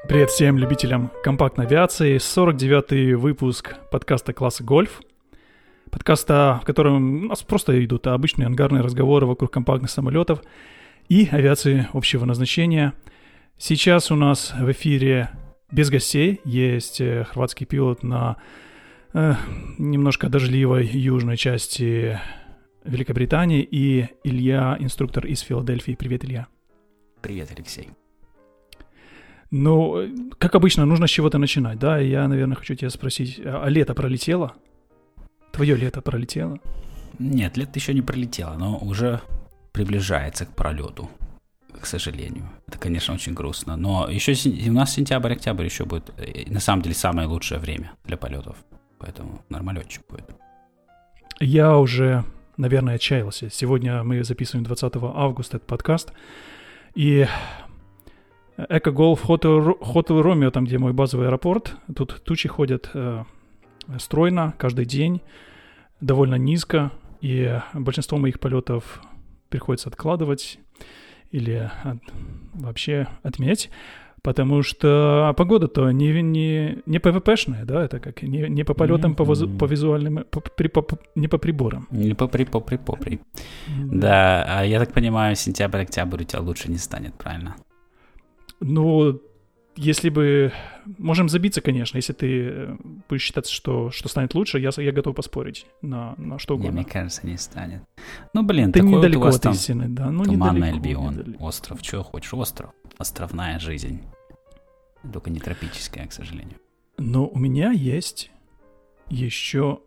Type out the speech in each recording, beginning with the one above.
Привет всем любителям компактной авиации. 49-й выпуск подкаста класса «Гольф». Подкаста, в котором у нас просто идут обычные ангарные разговоры вокруг компактных самолетов и авиации общего назначения. Сейчас у нас в эфире без гостей. Есть хорватский пилот на немножко дождливой южной части Великобритании и Илья, инструктор из Филадельфии. Привет, Илья. Привет, Алексей. Ну, как обычно, нужно с чего-то начинать, да? Я, наверное, хочу тебя спросить, а лето пролетело? Твое лето пролетело? Нет, лето еще не пролетело, но уже приближается к пролету, к сожалению. Это, конечно, очень грустно. Но еще у нас сентябрь-октябрь еще будет, на самом деле, самое лучшее время для полетов. Поэтому нормалетчик будет. Я уже, наверное, отчаялся. Сегодня мы записываем 20 августа этот подкаст. И Эко-Голф Хотел Ромео, там, где мой базовый аэропорт, тут тучи ходят стройно каждый день, довольно низко, и большинство моих полетов приходится откладывать или вообще отменять, потому что погода-то не ПВПшная, да, это как не по полетам, по визуальным, не по приборам. Не по припопри. Да, а я так понимаю, сентябрь-октябрь у тебя лучше не станет, правильно? Ну, если бы... Можем забиться, конечно, если ты будешь считать, что станет лучше, я готов поспорить на что угодно. Мне кажется, не станет. Ну, блин, ты такой недалеко вот у вас от там истины, да? Ну, туманный недалеко, Альбион, остров, что хочешь, остров, островная жизнь. Только не тропическая, к сожалению. Но у меня есть еще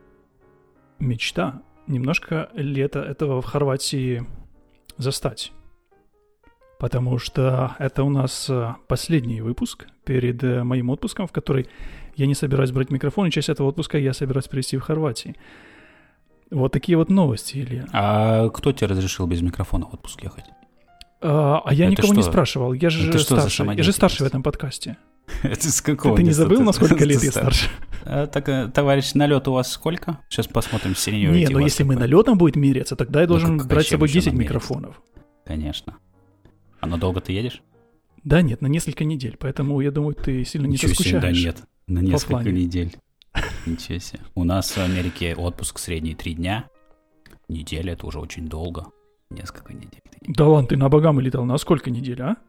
мечта немножко лето этого в Хорватии застать. Потому что это у нас последний выпуск перед моим отпуском, в который я не собираюсь брать микрофон, и часть этого отпуска я собираюсь провести в Хорватии. Вот такие вот новости, Илья. А кто тебе разрешил без микрофона в отпуск ехать? Я это никого что? не спрашивал. Я же старший. Я же старший в этом подкасте. Это с какого? Ты не забыл, на сколько лет я старше? Так, товарищ, налет у вас сколько? Сейчас посмотрим сеньорити. Не, но если мы налетом будем меряться, тогда я должен брать с собой 10 мериться? микрофонов. Конечно. А надолго ты едешь? Да нет, на несколько недель. Поэтому, я думаю, ты сильно не соскучаешь. Да нет, на несколько плане. недель. Ничего себе. У нас в Америке отпуск средний 3 дня. Неделя — это уже очень долго. Несколько недель. Да ладно, ты на Багамы летал на сколько недель, а?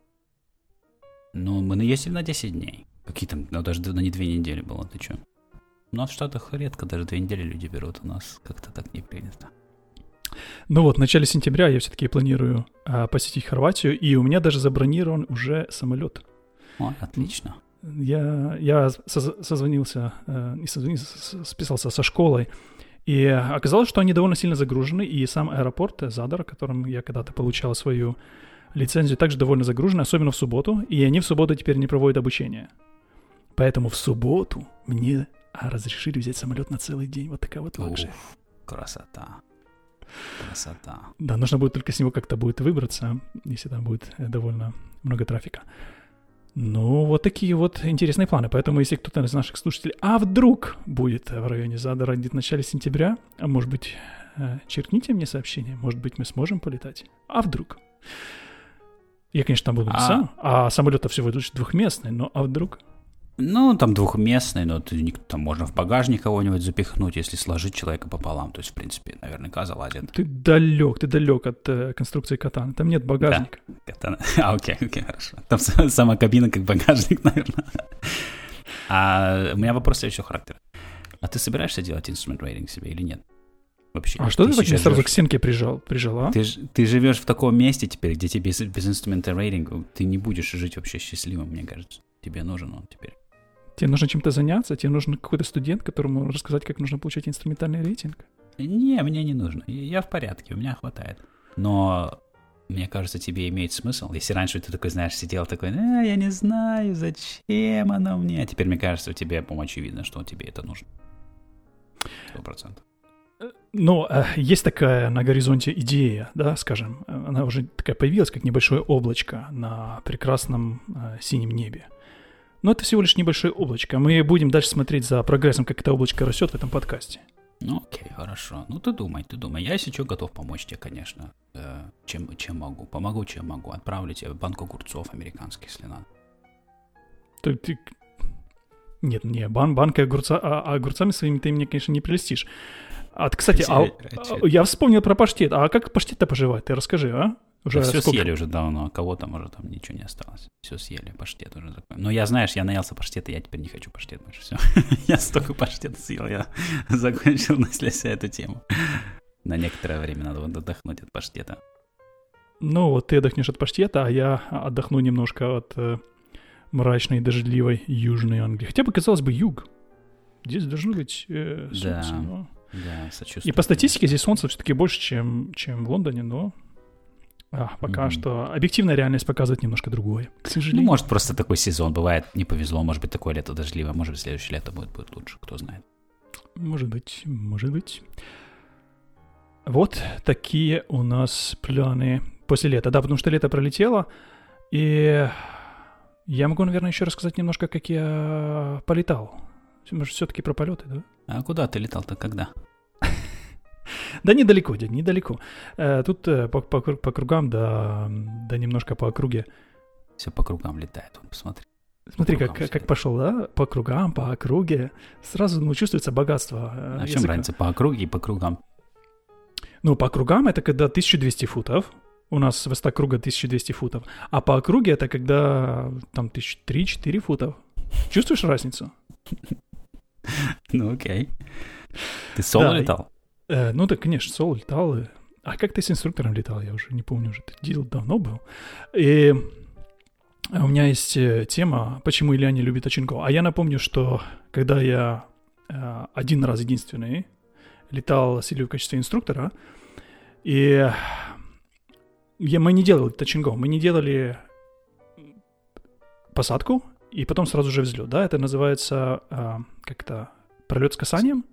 Ну, мы ездили на 10 дней. Какие там, даже не 2 недели было, ты чё? У нас в Штатах редко даже 2 недели люди берут. У нас как-то так не принято. Ну вот, в начале сентября я все-таки планирую посетить Хорватию, и у меня даже забронирован уже самолет. Ой, отлично. Я списался со школой, и оказалось, что они довольно сильно загружены, и сам аэропорт Задар, в котором я когда-то получал свою лицензию, также довольно загружен, особенно в субботу, и они в субботу теперь не проводят обучение. Поэтому в субботу мне разрешили взять самолет на целый день. Вот такая вот лакшери. Красота. Да, нужно будет только с него как-то будет выбраться, если там будет довольно много трафика. Ну, вот такие вот интересные планы. Поэтому, если кто-то из наших слушателей, вдруг будет в районе Задора где-то в начале сентября, а может быть, черкните мне сообщение, может быть, мы сможем полетать. А вдруг? Я, конечно, там буду сам, а самолет-то всего лишь двухместный, но вдруг? Ну, там двухместный, но там можно в багажник кого-нибудь запихнуть, если сложить человека пополам. То есть, в принципе, наверняка залазит. Ты далек от конструкции Катана. Там нет багажника. Да, окей, хорошо. Там сама кабина как багажник, наверное. А у меня вопрос следующего характера. А ты собираешься делать инструмент рейтинг себе или нет? Вообще. А что ты так сразу к стенке прижал, а? Ты живешь в таком месте теперь, где тебе без инструмента рейтинга ты не будешь жить вообще счастливым, мне кажется. Тебе нужен он теперь. Тебе нужно чем-то заняться? Тебе нужен какой-то студент, которому рассказать, как нужно получать инструментальный рейтинг? Не, мне не нужно. Я в порядке, у меня хватает. Но мне кажется, тебе имеет смысл. Если раньше ты такой, знаешь, сидел такой, я не знаю, зачем оно мне. А теперь, мне кажется, тебе, по-моему, очевидно, что тебе это нужно. 100%. Ну, есть такая на горизонте идея, да, скажем, она уже такая появилась, как небольшое облачко на прекрасном синем небе. Но это всего лишь небольшое облачко. Мы будем дальше смотреть за прогрессом, как это облачко растет в этом подкасте. Ну, окей, хорошо. Ну, ты думай. Я, если что, готов помочь тебе, конечно. Чем могу. Помогу, чем могу. Отправлю тебе банку огурцов американских, если надо. Нет, банкой огурцами своими ты мне, конечно, не прелестишь. Кстати, я вспомнил про паштет. А как паштет-то поживает? Ты расскажи, а? Уже все съели уже давно, кого-то, может, там ничего не осталось. Все съели, паштет уже такой. Но я наелся паштета, я теперь не хочу паштет больше. Все. Я столько паштета съел, я закончил на эту тему. На некоторое время надо отдохнуть от паштета. Ну, вот ты отдохнешь от паштета, а я отдохну немножко от мрачной, дождливой Южной Англии. Хотя бы, казалось бы, юг. Здесь должно быть солнце, но... Да, сочувствую. И по статистике здесь солнца все-таки больше, чем в Лондоне, но... пока что объективная реальность показывает немножко другое, к сожалению. Ну, может, просто такой сезон бывает, не повезло, может быть, такое лето дождливое, может быть, следующее лето будет лучше, кто знает. Может быть. Вот такие у нас планы после лета. Да, потому что лето пролетело, и я могу, наверное, еще рассказать немножко, как я полетал. Может, все-таки про полеты, да? А куда ты летал-то, когда? Да недалеко, дядь, недалеко. Тут по кругам, да немножко по округе. Все по кругам летает, посмотри. Смотри, как пошел, да? По кругам, по округе. Сразу чувствуется богатство А в чем разница по округе и по кругам? Ну, по кругам это когда 1200 футов. У нас высота круга 1200 футов. А по округе это когда там 3-4 футов. Чувствуешь разницу? Ну, окей. Ты соло летал? Ну да, конечно, соло летал. А как ты с инструктором летал? Я уже не помню, уже это дело давно был. И у меня есть тема, почему Илья не любит Оченкова. А я напомню, что когда я один раз единственный летал с Ильей в качестве инструктора, и мы не делали тачингов, мы не делали посадку, и потом сразу же взлет. Да, это называется как-то пролет с касанием.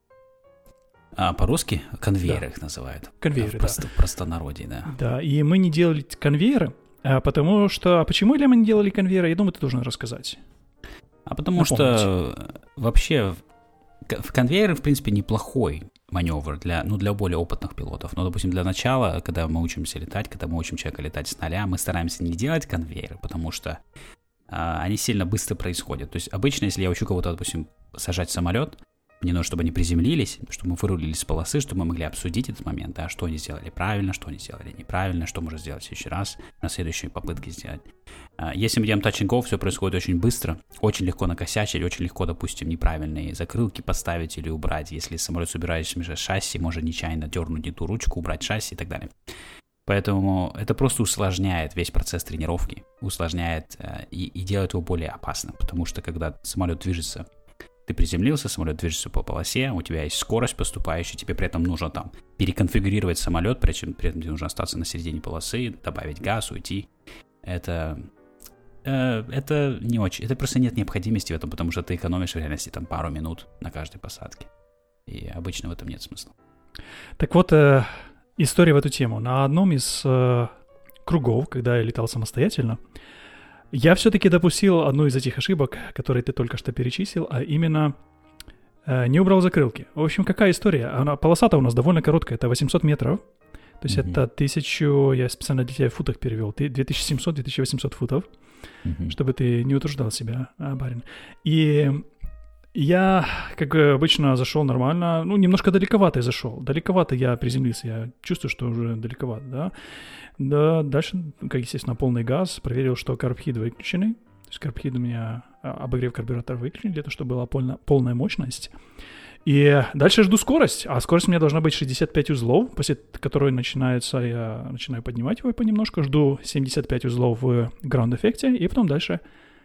По-русски конвейеры их называют. Конвейеры, да. В простонародье, да. Да, и мы не делали конвейеры, потому что... А почему, Илья, мы не делали конвейеры? Я думаю, ты должен рассказать. Потому что вообще конвейер, в принципе, неплохой маневр для более опытных пилотов. Но, допустим, для начала, когда мы учимся летать, когда мы учим человека летать с нуля, мы стараемся не делать конвейеры, потому что они сильно быстро происходят. То есть обычно, если я учу кого-то, допустим, сажать самолет, мне нужно, чтобы они приземлились, чтобы мы вырулились с полосы, чтобы мы могли обсудить этот момент, да, что они сделали правильно, что они сделали неправильно, что можно сделать в следующий раз, на следующей попытке сделать. Если мы делаем touch-and-go, все происходит очень быстро, очень легко накосячить, очень легко, допустим, неправильные закрылки поставить или убрать. Если самолет собираешься между шасси, можно нечаянно дернуть не ту ручку, убрать шасси и так далее. Поэтому это просто усложняет весь процесс тренировки, усложняет и делает его более опасным, потому что когда самолет движется, ты приземлился, самолет движется по полосе, у тебя есть скорость поступающая, тебе при этом нужно там переконфигурировать самолет, при этом тебе нужно остаться на середине полосы, добавить газ, уйти. Это не очень, это просто нет необходимости в этом, потому что ты экономишь в реальности там пару минут на каждой посадке. И обычно в этом нет смысла. Так вот, история в эту тему. На одном из кругов, когда я летал самостоятельно, я все-таки допустил одну из этих ошибок, которые ты только что перечислил, а именно не убрал закрылки. В общем, какая история? Полоса-то у нас довольно короткая, это 800 метров. То есть это 1000, я специально для тебя в футах перевел, 2700-2800 футов, чтобы ты не утруждал себя, барин. И я, как обычно, зашел нормально, немножко далековато я зашел. Далековато я приземлился, я чувствую, что уже далековато, да. Да, дальше, как естественно, полный газ, проверил, что карбхид выключены. То есть карбхид у меня, обогрев карбюратора выключен, для того, чтобы была полная мощность. И дальше жду скорость, а скорость у меня должна быть 65 узлов, после которой я начинаю поднимать его понемножку, жду 75 узлов в граунд-эффекте, и потом дальше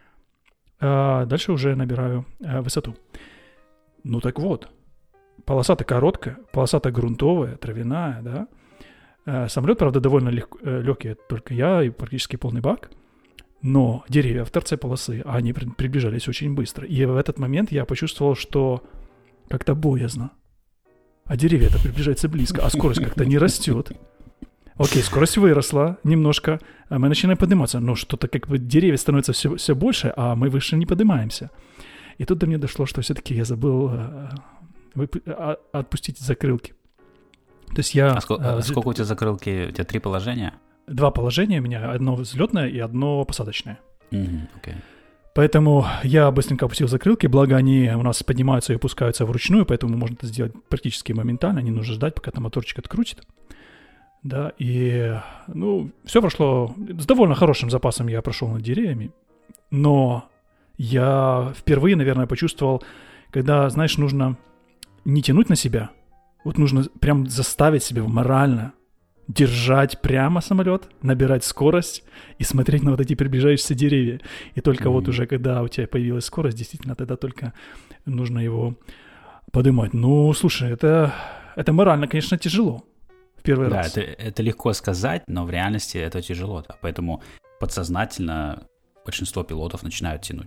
уже набираю высоту. Ну так вот, полоса-то короткая, полоса-то грунтовая, травяная, да. Самолет, правда, довольно легкий, только я и практически полный бак, но деревья в торце полосы, они приближались очень быстро. И в этот момент я почувствовал, что как-то боязно. А деревья-то приближаются близко, а скорость как-то не растет. Окей, скорость выросла немножко, а мы начинаем подниматься, но что-то как бы деревья становятся все больше, а мы выше не поднимаемся. И тут до меня дошло, что все-таки я забыл отпустить закрылки. То есть сколько у тебя закрылки? У тебя 3 положения? 2 положения у меня, одно взлетное и одно посадочное. Okay. Поэтому я быстренько опустил закрылки, благо они у нас поднимаются и опускаются вручную, поэтому можно это сделать практически моментально, не нужно ждать, пока там моторчик открутит. Да, и, все прошло с довольно хорошим запасом, я прошел над деревьями, но я впервые, наверное, почувствовал, когда, знаешь, нужно не тянуть на себя, вот нужно прям заставить себя морально держать прямо самолет, набирать скорость и смотреть на вот эти приближающиеся деревья. И только вот уже, когда у тебя появилась скорость, действительно, тогда только нужно его поднимать. Ну, слушай, это морально, конечно, тяжело в первый раз. Да, это легко сказать, но в реальности это тяжело. Да. Поэтому подсознательно большинство пилотов начинают тянуть.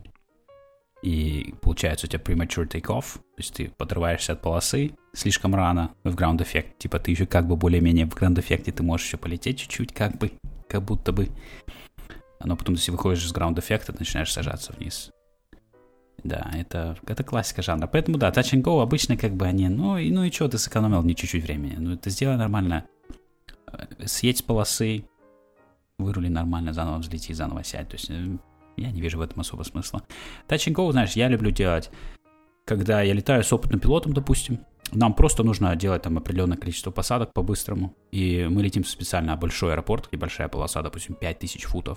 И получается у тебя premature takeoff, то есть ты подрываешься от полосы слишком рано в ground effect, типа ты еще как бы более-менее в ground effect, ты можешь еще полететь чуть-чуть, как будто бы. Но потом, если выходишь из ground effect, ты начинаешь сажаться вниз. Да, это классика жанра. Поэтому, да, touch and go обычно как бы они, ну и что, ты сэкономил мне чуть-чуть времени. Ну, это сделай нормально. Съедь с полосы, вырули нормально, заново взлети, заново сядь. То есть я не вижу в этом особо смысла. Touch and go, знаешь, я люблю делать, когда я летаю с опытным пилотом, допустим, нам просто нужно делать там определенное количество посадок по-быстрому, и мы летим в специально большой аэропорт, где большая полоса, допустим, 5000 футов.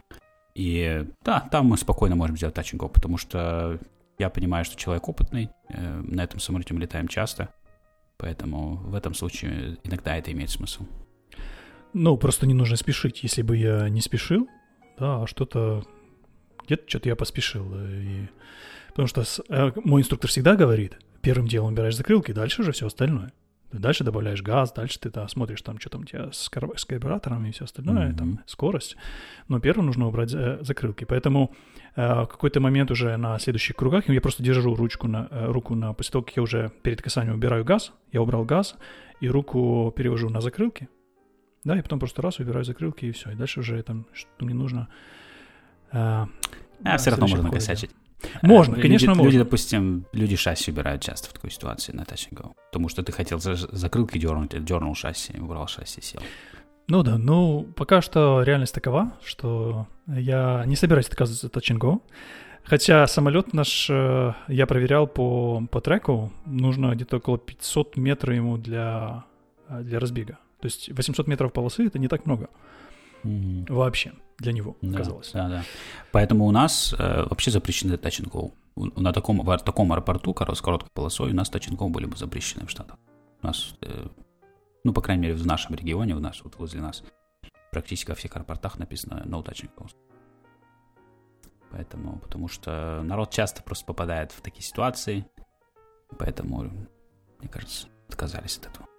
И да, там мы спокойно можем сделать touch and go, потому что я понимаю, что человек опытный, на этом самолете мы летаем часто, поэтому в этом случае иногда это имеет смысл. Ну, просто не нужно спешить. Если бы я не спешил, да, где-то что-то я поспешил. Потому что мой инструктор всегда говорит, первым делом убираешь закрылки, дальше уже все остальное. Ты дальше добавляешь газ, дальше ты смотришь, там, что там у тебя с карбюратором и все остальное, там, скорость. Но первым нужно убрать закрылки. Поэтому в какой-то момент уже на следующих кругах я просто держу руку после того, как я уже перед касанием убираю газ, я убрал газ, и руку перевожу на закрылки. Да, и потом просто раз убираю закрылки, и все. И дальше уже там что-то мне нужно... все равно можно накосячить. Можно, конечно, можно. Люди, допустим, шасси убирают часто в такой ситуации на touch and go, потому что ты хотел закрылки дернуть, дернул шасси, убрал шасси, сел. Ну да, пока что реальность такова, что я не собираюсь отказываться от touch and go, хотя самолет наш я проверял по треку, нужно где-то около 500 метров ему для разбега. То есть 800 метров полосы — это не так много. Вообще для него, казалось. Да. Поэтому у нас вообще запрещены touch and go. В таком аэропорту с короткой полосой у нас touch and go были бы запрещены в Штатах. У нас, по крайней мере, в нашем регионе, вот возле нас, практически во всех аэропортах написано no touch and go. Поэтому, потому что народ часто просто попадает в такие ситуации, поэтому, мне кажется, отказались от этого.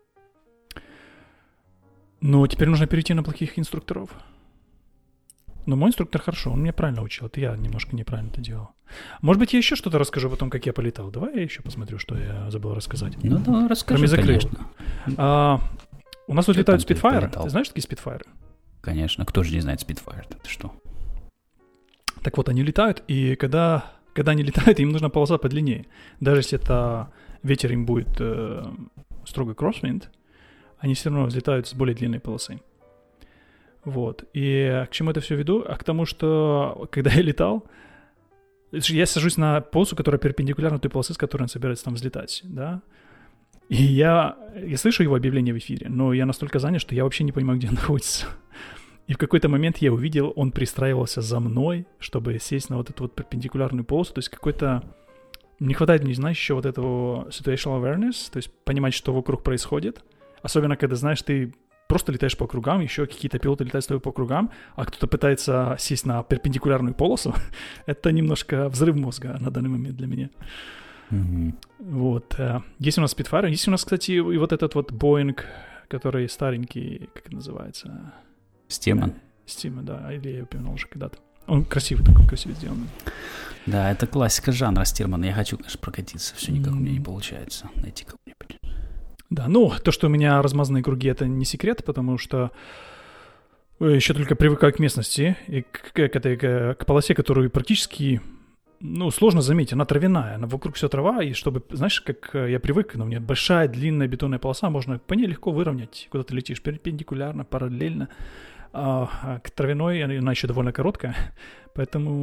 Ну, теперь нужно перейти на плохих инструкторов. Но мой инструктор хорошо, он меня правильно учил. Это я немножко неправильно это делал. Может быть, я еще что-то расскажу о том, как я полетал. Давай я еще посмотрю, что я забыл рассказать. Ну, да, расскажи, конечно. У нас вот летают спидфайры. Ты знаешь такие спидфайры? Конечно. Кто же не знает спидфайр? Это что? Так вот, они летают, и когда они летают, им нужна полоса подлиннее. Даже если это ветер им будет строго crosswind, они все равно взлетают с более длинной полосой. Вот. И к чему это все веду? А к тому, что когда я летал, я сажусь на полосу, которая перпендикулярна той полосе, с которой он собирается там взлетать, да? И я слышу его объявление в эфире, но я настолько занят, что я вообще не понимаю, где он находится. И в какой-то момент я увидел, он пристраивался за мной, чтобы сесть на вот эту вот перпендикулярную полосу. То есть какой-то... Не хватает мне, знаешь, еще вот этого situational awareness, то есть понимать, что вокруг происходит. Особенно, когда, знаешь, ты просто летаешь по кругам, еще какие-то пилоты летают с тобой по кругам, а кто-то пытается сесть на перпендикулярную полосу. Это немножко взрыв мозга на данный момент для меня. Mm-hmm. Вот. Есть у нас Spitfire. Есть у нас, кстати, и вот этот вот Boeing, который старенький, как это называется? Стиман. Стиман, да. Или я упомянул уже когда-то. Он красивый такой, красиво сделанный. Да, это классика жанра Стирмана. Я хочу, конечно, прокатиться. Все никак у меня не получается найти кого-нибудь. Да, то, что у меня размазанные круги, это не секрет, потому что еще только привыкаю к местности и к полосе, которую практически, сложно заметить. Она травяная, вокруг все трава, и чтобы, знаешь, как я привык, у меня большая длинная бетонная полоса, можно по ней легко выровнять, куда ты летишь, перпендикулярно, параллельно. А к травяной она еще довольно короткая, поэтому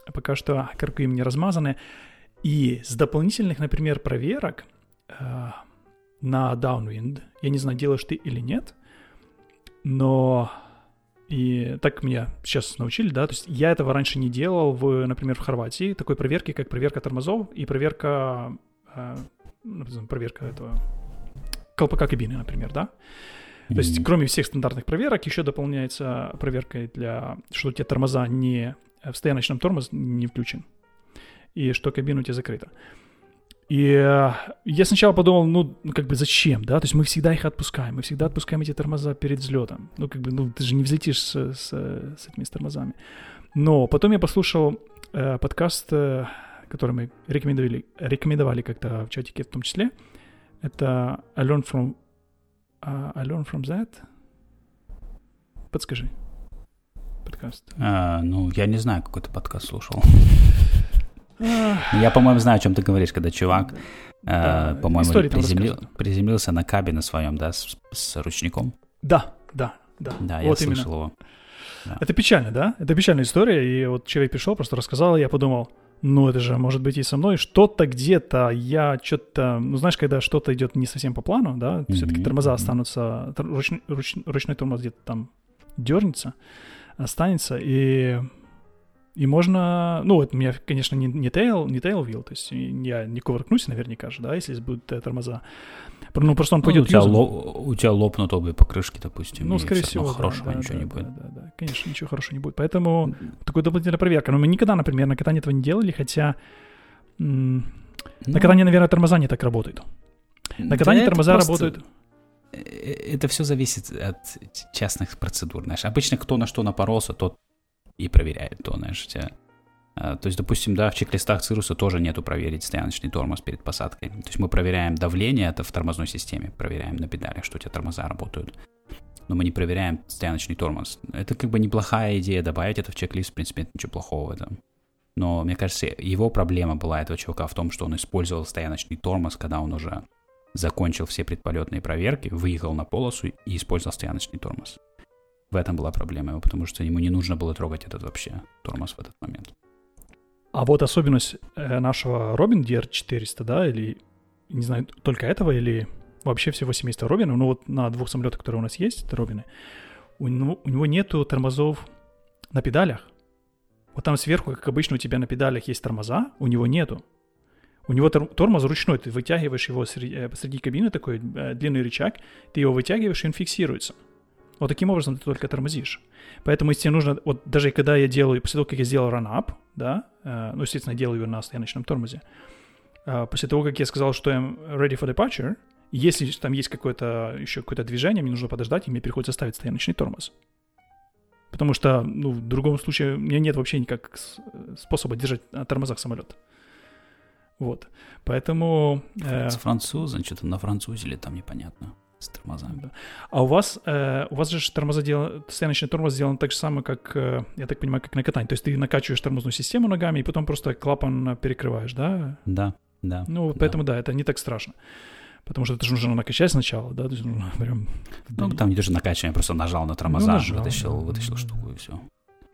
пока что кроки не размазаны. И с дополнительных, например, проверок на Downwind, я не знаю, делаешь ты или нет, но и так меня сейчас научили, да, то есть я этого раньше не делал, например, в Хорватии, такой проверки, как проверка тормозов и проверка этого колпака кабины, например, да. То есть кроме всех стандартных проверок еще дополняется проверка что у тебя тормоза в стояночном тормоз не включен и что кабина у тебя закрыта. И я сначала подумал, зачем, да, то есть мы всегда их отпускаем, мы всегда отпускаем эти тормоза перед взлетом, ты же не взлетишь с этими тормозами. Но потом я послушал подкаст, который мы рекомендовали как-то в чатике в том числе, это I Learned From That. Подскажи. Подкаст. Я не знаю, какой ты подкаст слушал. Я, по-моему, знаю, о чем ты говоришь, когда чувак, по-моему, приземлился на кабе на своем, да, с ручником. Да, я вот слышал его. Да. Это печально, да? Это печальная история, и вот человек пришел, просто рассказал, и я подумал, это же может быть и со мной, что-то где-то, знаешь, когда что-то идет не совсем по плану, да, все-таки тормоза останутся, ручной тормоз где-то там дернется, останется, и можно, это у меня, конечно, не tailwheel, то есть я не кувыркнусь наверняка же, да, если будут тормоза. Просто он пойдет у тебя лопнут обе покрышки, допустим. Скорее всего, хорошего ничего не будет. Да, конечно, ничего хорошего не будет. Поэтому такая дополнительная проверка. Но мы никогда, например, на катании этого не делали, хотя на катании, наверное, тормоза не так работают. На катании тормоза работают... Это все зависит от частных процедур, знаешь. Обычно кто на что напоролся, тот и проверяет то, знаешь, тебя. То есть, допустим, да, в чек-листах Цируса тоже нету проверить стояночный тормоз перед посадкой. То есть мы проверяем давление, это в тормозной системе, проверяем на педалях, что у тебя тормоза работают. Но мы не проверяем стояночный тормоз. Это неплохая идея добавить это в чек-лист, в принципе, нет ничего плохого в этом. Но, мне кажется, его проблема была, этого чувака, в том, что он использовал стояночный тормоз, когда он уже закончил все предполетные проверки, выехал на полосу и использовал стояночный тормоз. В этом была проблема его, потому что ему не нужно было трогать этот вообще тормоз в этот момент. А вот особенность нашего Robin DR400, да, или, не знаю, только этого, или вообще всего семейства Robin, на 2 самолетах, которые у нас есть, это Robin, у него нету тормозов на педалях. Вот там сверху, как обычно, у тебя на педалях есть тормоза, у него нету. У него тормоз ручной, ты вытягиваешь его посреди кабины, такой длинный рычаг, ты его вытягиваешь, и он фиксируется. Вот таким образом ты только тормозишь. Поэтому, если тебе нужно, даже когда я делаю, после того, как я сделал run-up, да, естественно, делаю его на стояночном тормозе, после того, как я сказал, что I'm ready for departure, если там есть еще какое-то движение, мне нужно подождать, и мне приходится ставить стояночный тормоз. Потому что, в другом случае, у меня нет вообще никак способа держать на тормозах самолет. Вот. Поэтому... Французы, что-то на французили там непонятно. С тормозами. Да. А у вас же стояночный тормоз сделан так же самое, как, я так понимаю, как на катании. То есть ты накачиваешь тормозную систему ногами и потом просто клапан перекрываешь, да? Да. Поэтому, да, это не так страшно. Потому что это же нужно накачать сначала, да? То есть нужно прям... там не даже накачивание, я просто нажал на тормоза, вытащил штуку и все.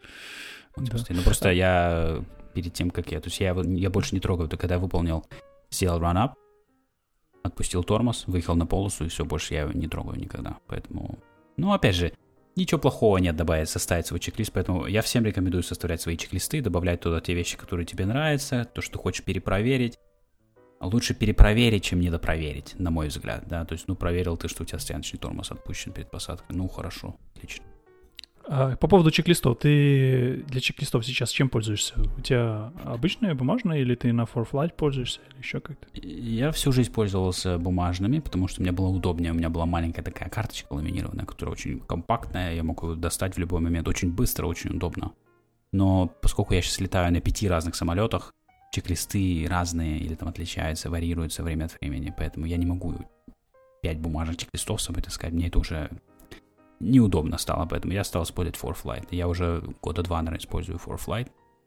Просто я перед тем, как то есть я больше не трогаю, только когда я выполнил, сделал run-up, отпустил тормоз, выехал на полосу, и все, больше я его не трогаю никогда. Поэтому, опять же, ничего плохого нет добавить, составить свой чек-лист, поэтому я всем рекомендую составлять свои чек-листы, добавлять туда те вещи, которые тебе нравятся, то, что хочешь перепроверить. Лучше перепроверить, чем недопроверить, на мой взгляд, да, то есть, проверил ты, что у тебя стояночный тормоз отпущен перед посадкой, хорошо, отлично. По поводу чек-листов, ты для чек-листов сейчас чем пользуешься? У тебя обычные бумажные, или ты на ForFlight пользуешься, или еще как-то? Я всю жизнь пользовался бумажными, потому что мне было удобнее. У меня была маленькая такая карточка ламинированная, которая очень компактная, я мог ее достать в любой момент, очень быстро, очень удобно. Но поскольку я сейчас летаю на 5 разных самолетах, чек-листы разные или там отличаются, варьируются время от времени, поэтому я не могу 5 бумажных чек-листов с собой таскать, мне это уже... неудобно стало, поэтому я стал использовать ForFlight. Я уже 2 года, наверное, использую ForFlight,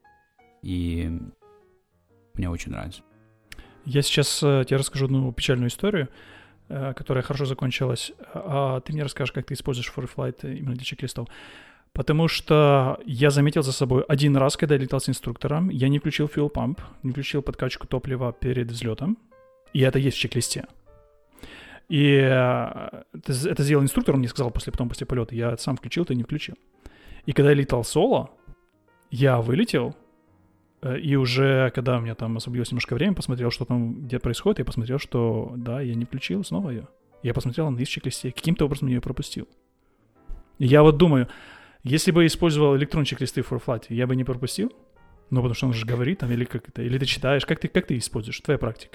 и мне очень нравится. Я сейчас тебе расскажу одну печальную историю, которая хорошо закончилась, а ты мне расскажешь, как ты используешь ForFlight именно для чек-листов. Потому что я заметил за собой один раз, когда я летал с инструктором, я не включил fuel pump, не включил подкачку топлива перед взлетом, и это есть в чек-листе. И это сделал инструктор, он мне сказал после полета, я сам включил, ты не включил. И когда я летал соло, я вылетел, и уже когда у меня там освободилось немножко времени, посмотрел, что там, где происходит, я посмотрел, что да, я не включил снова ее. Я посмотрел, она есть в чек-листе, каким-то образом я ее пропустил. И я вот думаю, если бы я использовал электронные чек-листы for flight, я бы не пропустил? Ну, потому что он же говорит там, или как это, или ты читаешь, как ты используешь, твоя практика?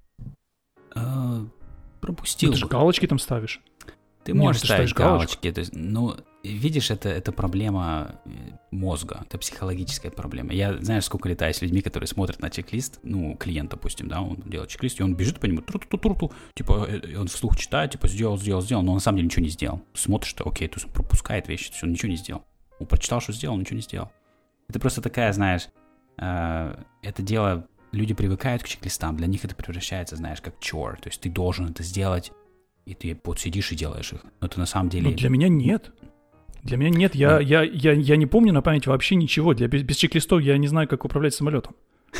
Пропустил. Ну, ты же галочки там ставишь. Ты можешь ставить галочки. То есть, ну, видишь, это проблема мозга, это психологическая проблема. Я, знаешь, сколько летаю с людьми, которые смотрят на чек-лист, ну, клиент, допустим, да, он делает чек-лист, и он бежит по нему, тру-ту-ту-ту-ту, типа, он вслух читает, типа, сделал, но на самом деле ничего не сделал. Смотришь, что, окей, то есть он пропускает вещи, то есть он ничего не сделал. Он прочитал, что сделал, ничего не сделал. Это просто такая, знаешь, это дело, люди привыкают к чек-листам, для них это превращается, знаешь, как chore, то есть ты должен это сделать, и ты вот сидишь и делаешь их. Но ты на самом деле... Ну, для меня нет. Для меня нет. Я не помню на память вообще ничего. Без чек-листов я не знаю, как управлять самолетом.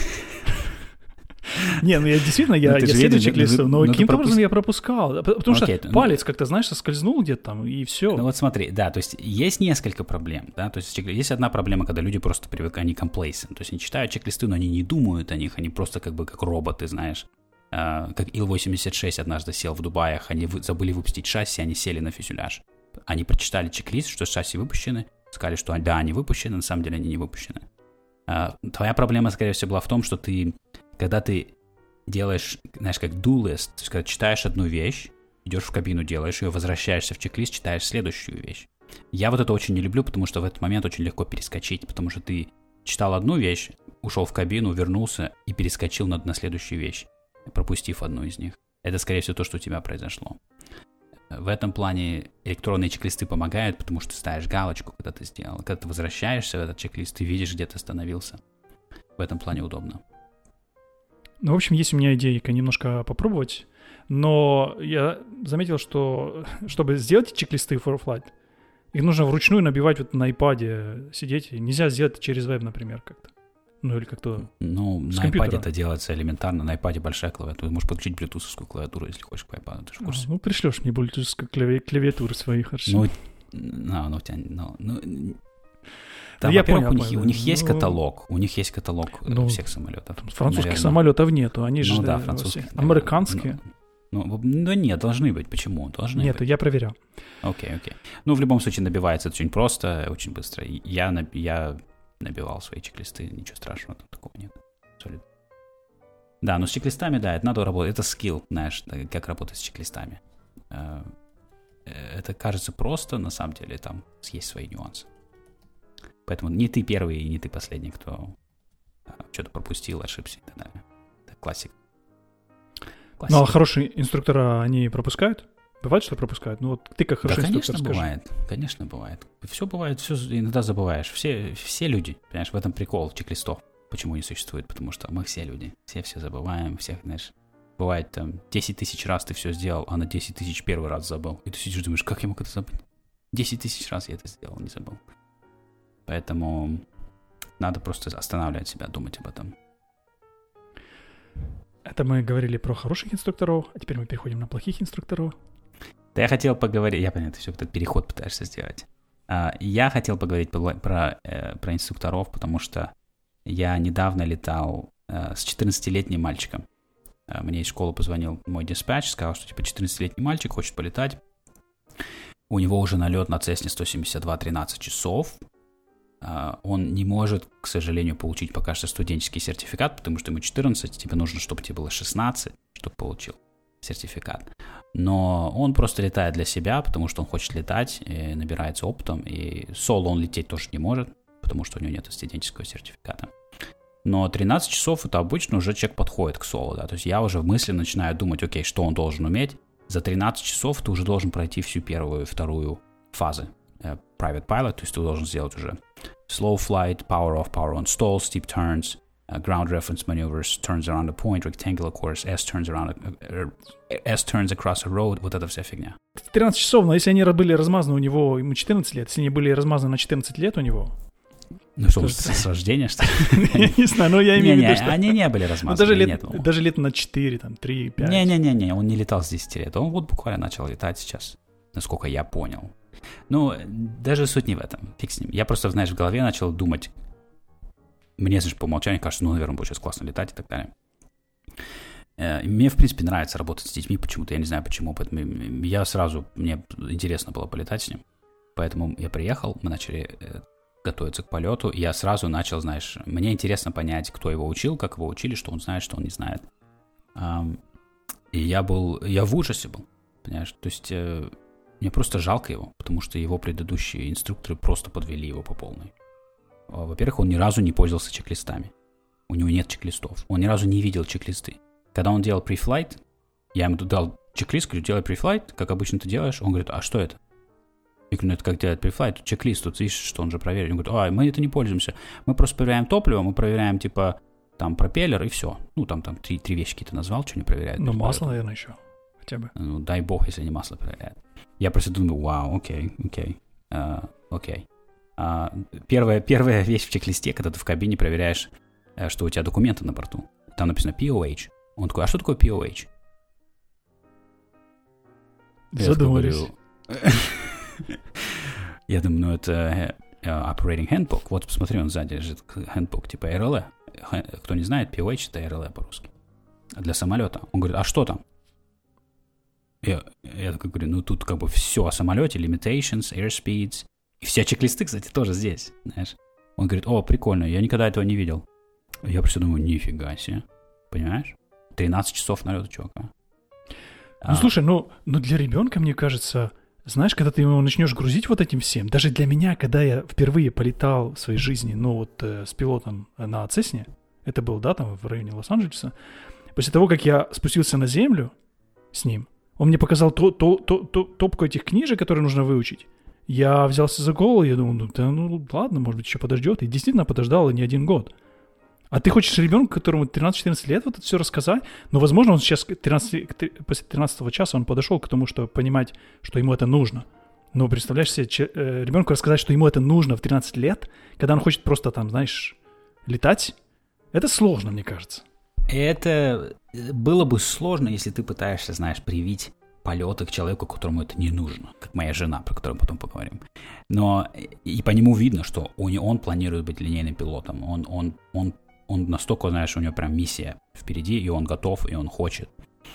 Не, ну я действительно, я следую чек-листу, но каким-то образом я пропускал. Потому что палец как-то, знаешь, соскользнул где-то там, и все. Ну вот смотри, да, то есть есть несколько проблем, да, то есть есть одна проблема, когда люди просто привыкают, они complacent, то есть они читают чек-листы, но они не думают о них, они просто как бы как роботы, знаешь. Как Ил-86 однажды сел в Дубаях, они забыли выпустить шасси, они сели на фюзеляж. Они прочитали чек-лист, что шасси выпущены, сказали, что да, они выпущены, на самом деле они не выпущены. Твоя проблема, скорее всего, была в том, что ты, когда ты делаешь, знаешь, как do-list, то есть когда читаешь одну вещь, идешь в кабину, делаешь ее, возвращаешься в чек-лист, читаешь следующую вещь. Я вот это очень не люблю, потому что в этот момент очень легко перескочить, потому что ты читал одну вещь, ушел в кабину, вернулся и перескочил на следующую вещь, пропустив одну из них. Это, скорее всего, то, что у тебя произошло. В этом плане электронные чек-листы помогают, потому что ты ставишь галочку, когда ты сделал. Когда ты возвращаешься в этот чек-лист, ты видишь, где ты остановился. В этом плане удобно. Ну, в общем, есть у меня идейка немножко попробовать, но я заметил, что чтобы сделать чек-листы for flight, их нужно вручную набивать вот на iPad, сидеть. Нельзя сделать через веб, например, как-то. Ну, или как-то ну, на iPad это делается элементарно. На iPad большая клавиатура. Ты можешь подключить блютусовскую клавиатуру, если хочешь к iPad. Ты же в курсе. Ну, пришлешь мне блютусовскую клавиатуру свои, хорошо. Ну, у тебя... Там, во-первых, у них есть каталог. У них есть каталог всех самолетов. Французских самолетов нету. Они же французские. Американские. Ну, нет, должны быть. Почему? Должны быть. Нет, я проверял. Окей. Ну, в любом случае, набивается это очень просто, очень быстро. Я набивал свои чек-листы, ничего страшного там такого нет. Абсолютно. Да, но с чек-листами, да, это надо работать. Это скилл, знаешь, как работать с чек-листами. Это кажется просто, на самом деле там есть свои нюансы. Поэтому не ты первый и не ты последний, кто что-то пропустил, ошибся и так далее. Это классика. Ну, а хорошие инструктора, они пропускают? Бывает, что пропускают? Ну, вот ты как хороший инструктор скажи. Конечно, бывает. Все бывает, все иногда забываешь. Все люди, понимаешь, в этом прикол чек-листов. Почему не существует? Потому что мы все люди. Все забываем, всех, знаешь, бывает там 10 тысяч раз ты все сделал, а на 10 тысяч первый раз забыл. И ты сидишь и думаешь, как я мог это забыть? 10 тысяч раз я это сделал, не забыл. Поэтому надо просто останавливать себя, думать об этом. Это мы говорили про хороших инструкторов, а теперь мы переходим на плохих инструкторов. Да, я хотел поговорить, я понял, ты все этот переход пытаешься сделать. Я хотел поговорить про инструкторов, потому что я недавно летал с 14-летним мальчиком. Мне из школы позвонил мой диспатч, сказал, что типа 14-летний мальчик хочет полетать. У него уже налет на Cessna 172 13 часов. Он не может, к сожалению, получить пока что студенческий сертификат, потому что ему 14, тебе нужно, чтобы тебе было 16, чтобы получил сертификат. Но он просто летает для себя, потому что он хочет летать, и набирается опытом, и соло он лететь тоже не может, потому что у него нет студенческого сертификата. Но 13 часов это обычно уже человек подходит к соло, да, то есть я уже в мысли начинаю думать, окей, что он должен уметь. За 13 часов ты уже должен пройти всю первую и вторую фазы private pilot, то есть ты должен сделать уже slow flight, power off, power on stall, steep turns, ground reference maneuvers, turns around a point, rectangular course, S turns across a road, вот эта вся фигня. 13 часов, но если они были размазаны у него, ему 14 лет, если они были размазаны на 14 лет у него... Ну что, с рождения, что ли? Я не знаю, но я имею в виду, что... Они не были размазаны. Даже лет на 4, там, 3, 5. Не-не-не, он не летал с 10 лет. Он вот буквально начал летать сейчас, насколько я понял. Ну, даже суть не в этом. Фиг с ним. Я просто, знаешь, в голове начал думать. Мне, знаешь, по умолчанию кажется, ну, наверное, будет сейчас классно летать и так далее. Мне, в принципе, нравится работать с детьми почему-то. Я не знаю, почему. Поэтому мне интересно было полетать с ним. Поэтому я приехал, мы начали... готовиться к полету, и я сразу начал, знаешь, мне интересно понять, кто его учил, как его учили, что он знает, что он не знает. И я в ужасе был, понимаешь, то есть мне просто жалко его, потому что его предыдущие инструкторы просто подвели его по полной. Во-первых, он ни разу не пользовался чек-листами, у него нет чек-листов, он ни разу не видел чек-листы. Когда он делал pre-flight, я ему дал чек-лист, говорю, делай pre-flight, как обычно ты делаешь, он говорит, а что это? Я говорю, ну это как делать pre-flight, тут чек-лист, тут видишь, что он же проверит. Он говорит, мы это не пользуемся. Мы просто проверяем топливо, мы проверяем, типа, там, пропеллер и все. Ну, там три вещи какие-то назвал, что не проверяет. Ну, масло, наверное, еще, хотя бы. Ну, дай бог, если не масло проверяет. Я просто думаю, вау, окей. Первая вещь в чек-листе, когда ты в кабине проверяешь, что у тебя документы на борту. Там написано POH. Он такой, а что такое POH? Задумались. Я думаю, ну это Operating Handbook. Вот посмотри, он сзади лежит handbook, типа RLE. Кто не знает, POH это RLE по-русски. Для самолета. Он говорит, а что там? Я такой говорю, ну тут как бы все о самолете, limitations, airspeeds. И все чек-листы, кстати, тоже здесь, знаешь. Он говорит, о, прикольно, я никогда этого не видел. Я просто думаю, нифига себе. Понимаешь? 13 часов налета, чувака. Ну, слушай, ну для ребенка, мне кажется... Знаешь, когда ты его начнешь грузить вот этим всем, даже для меня, когда я впервые полетал в своей жизни, с пилотом на Цесне, это был, да, там в районе Лос-Анджелеса, после того, как я спустился на землю с ним, он мне показал топку этих книжек, которые нужно выучить. Я взялся за голову, я думал, ладно, может быть, еще подождет. И действительно подождал, и не 1 год. А ты хочешь ребенку, которому 13-14 лет, вот это все рассказать? Но, возможно, он сейчас после 13 часа он подошел к тому, что понимать, что ему это нужно. Но представляешь себе, ребенку рассказать, что ему это нужно в 13 лет, когда он хочет просто там, знаешь, летать, это сложно, мне кажется. Это было бы сложно, если ты пытаешься, знаешь, привить полеты к человеку, которому это не нужно, как моя жена, про которую потом поговорим. Но и по нему видно, что он планирует быть линейным пилотом. Он настолько, знаешь, у него прям миссия впереди, и он готов, и он хочет.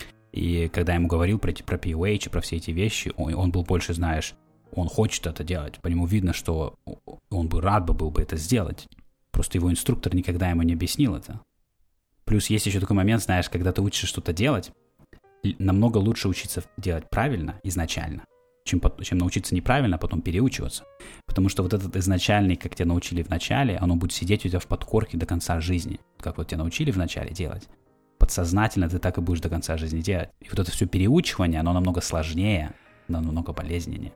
И когда я ему говорил про POH, про все эти вещи, он был больше, знаешь, он хочет это делать. По нему видно, что он бы рад был бы это сделать. Просто его инструктор никогда ему не объяснил это. Плюс есть еще такой момент, знаешь, когда ты учишься что-то делать, намного лучше учиться делать правильно изначально, чем научиться неправильно, а потом переучиваться. Потому что вот этот изначальный, как тебя научили в начале, оно будет сидеть у тебя в подкорке до конца жизни. Как вот тебя научили в начале делать. Подсознательно ты так и будешь до конца жизни делать. И вот это все переучивание, оно намного сложнее, намного болезненнее.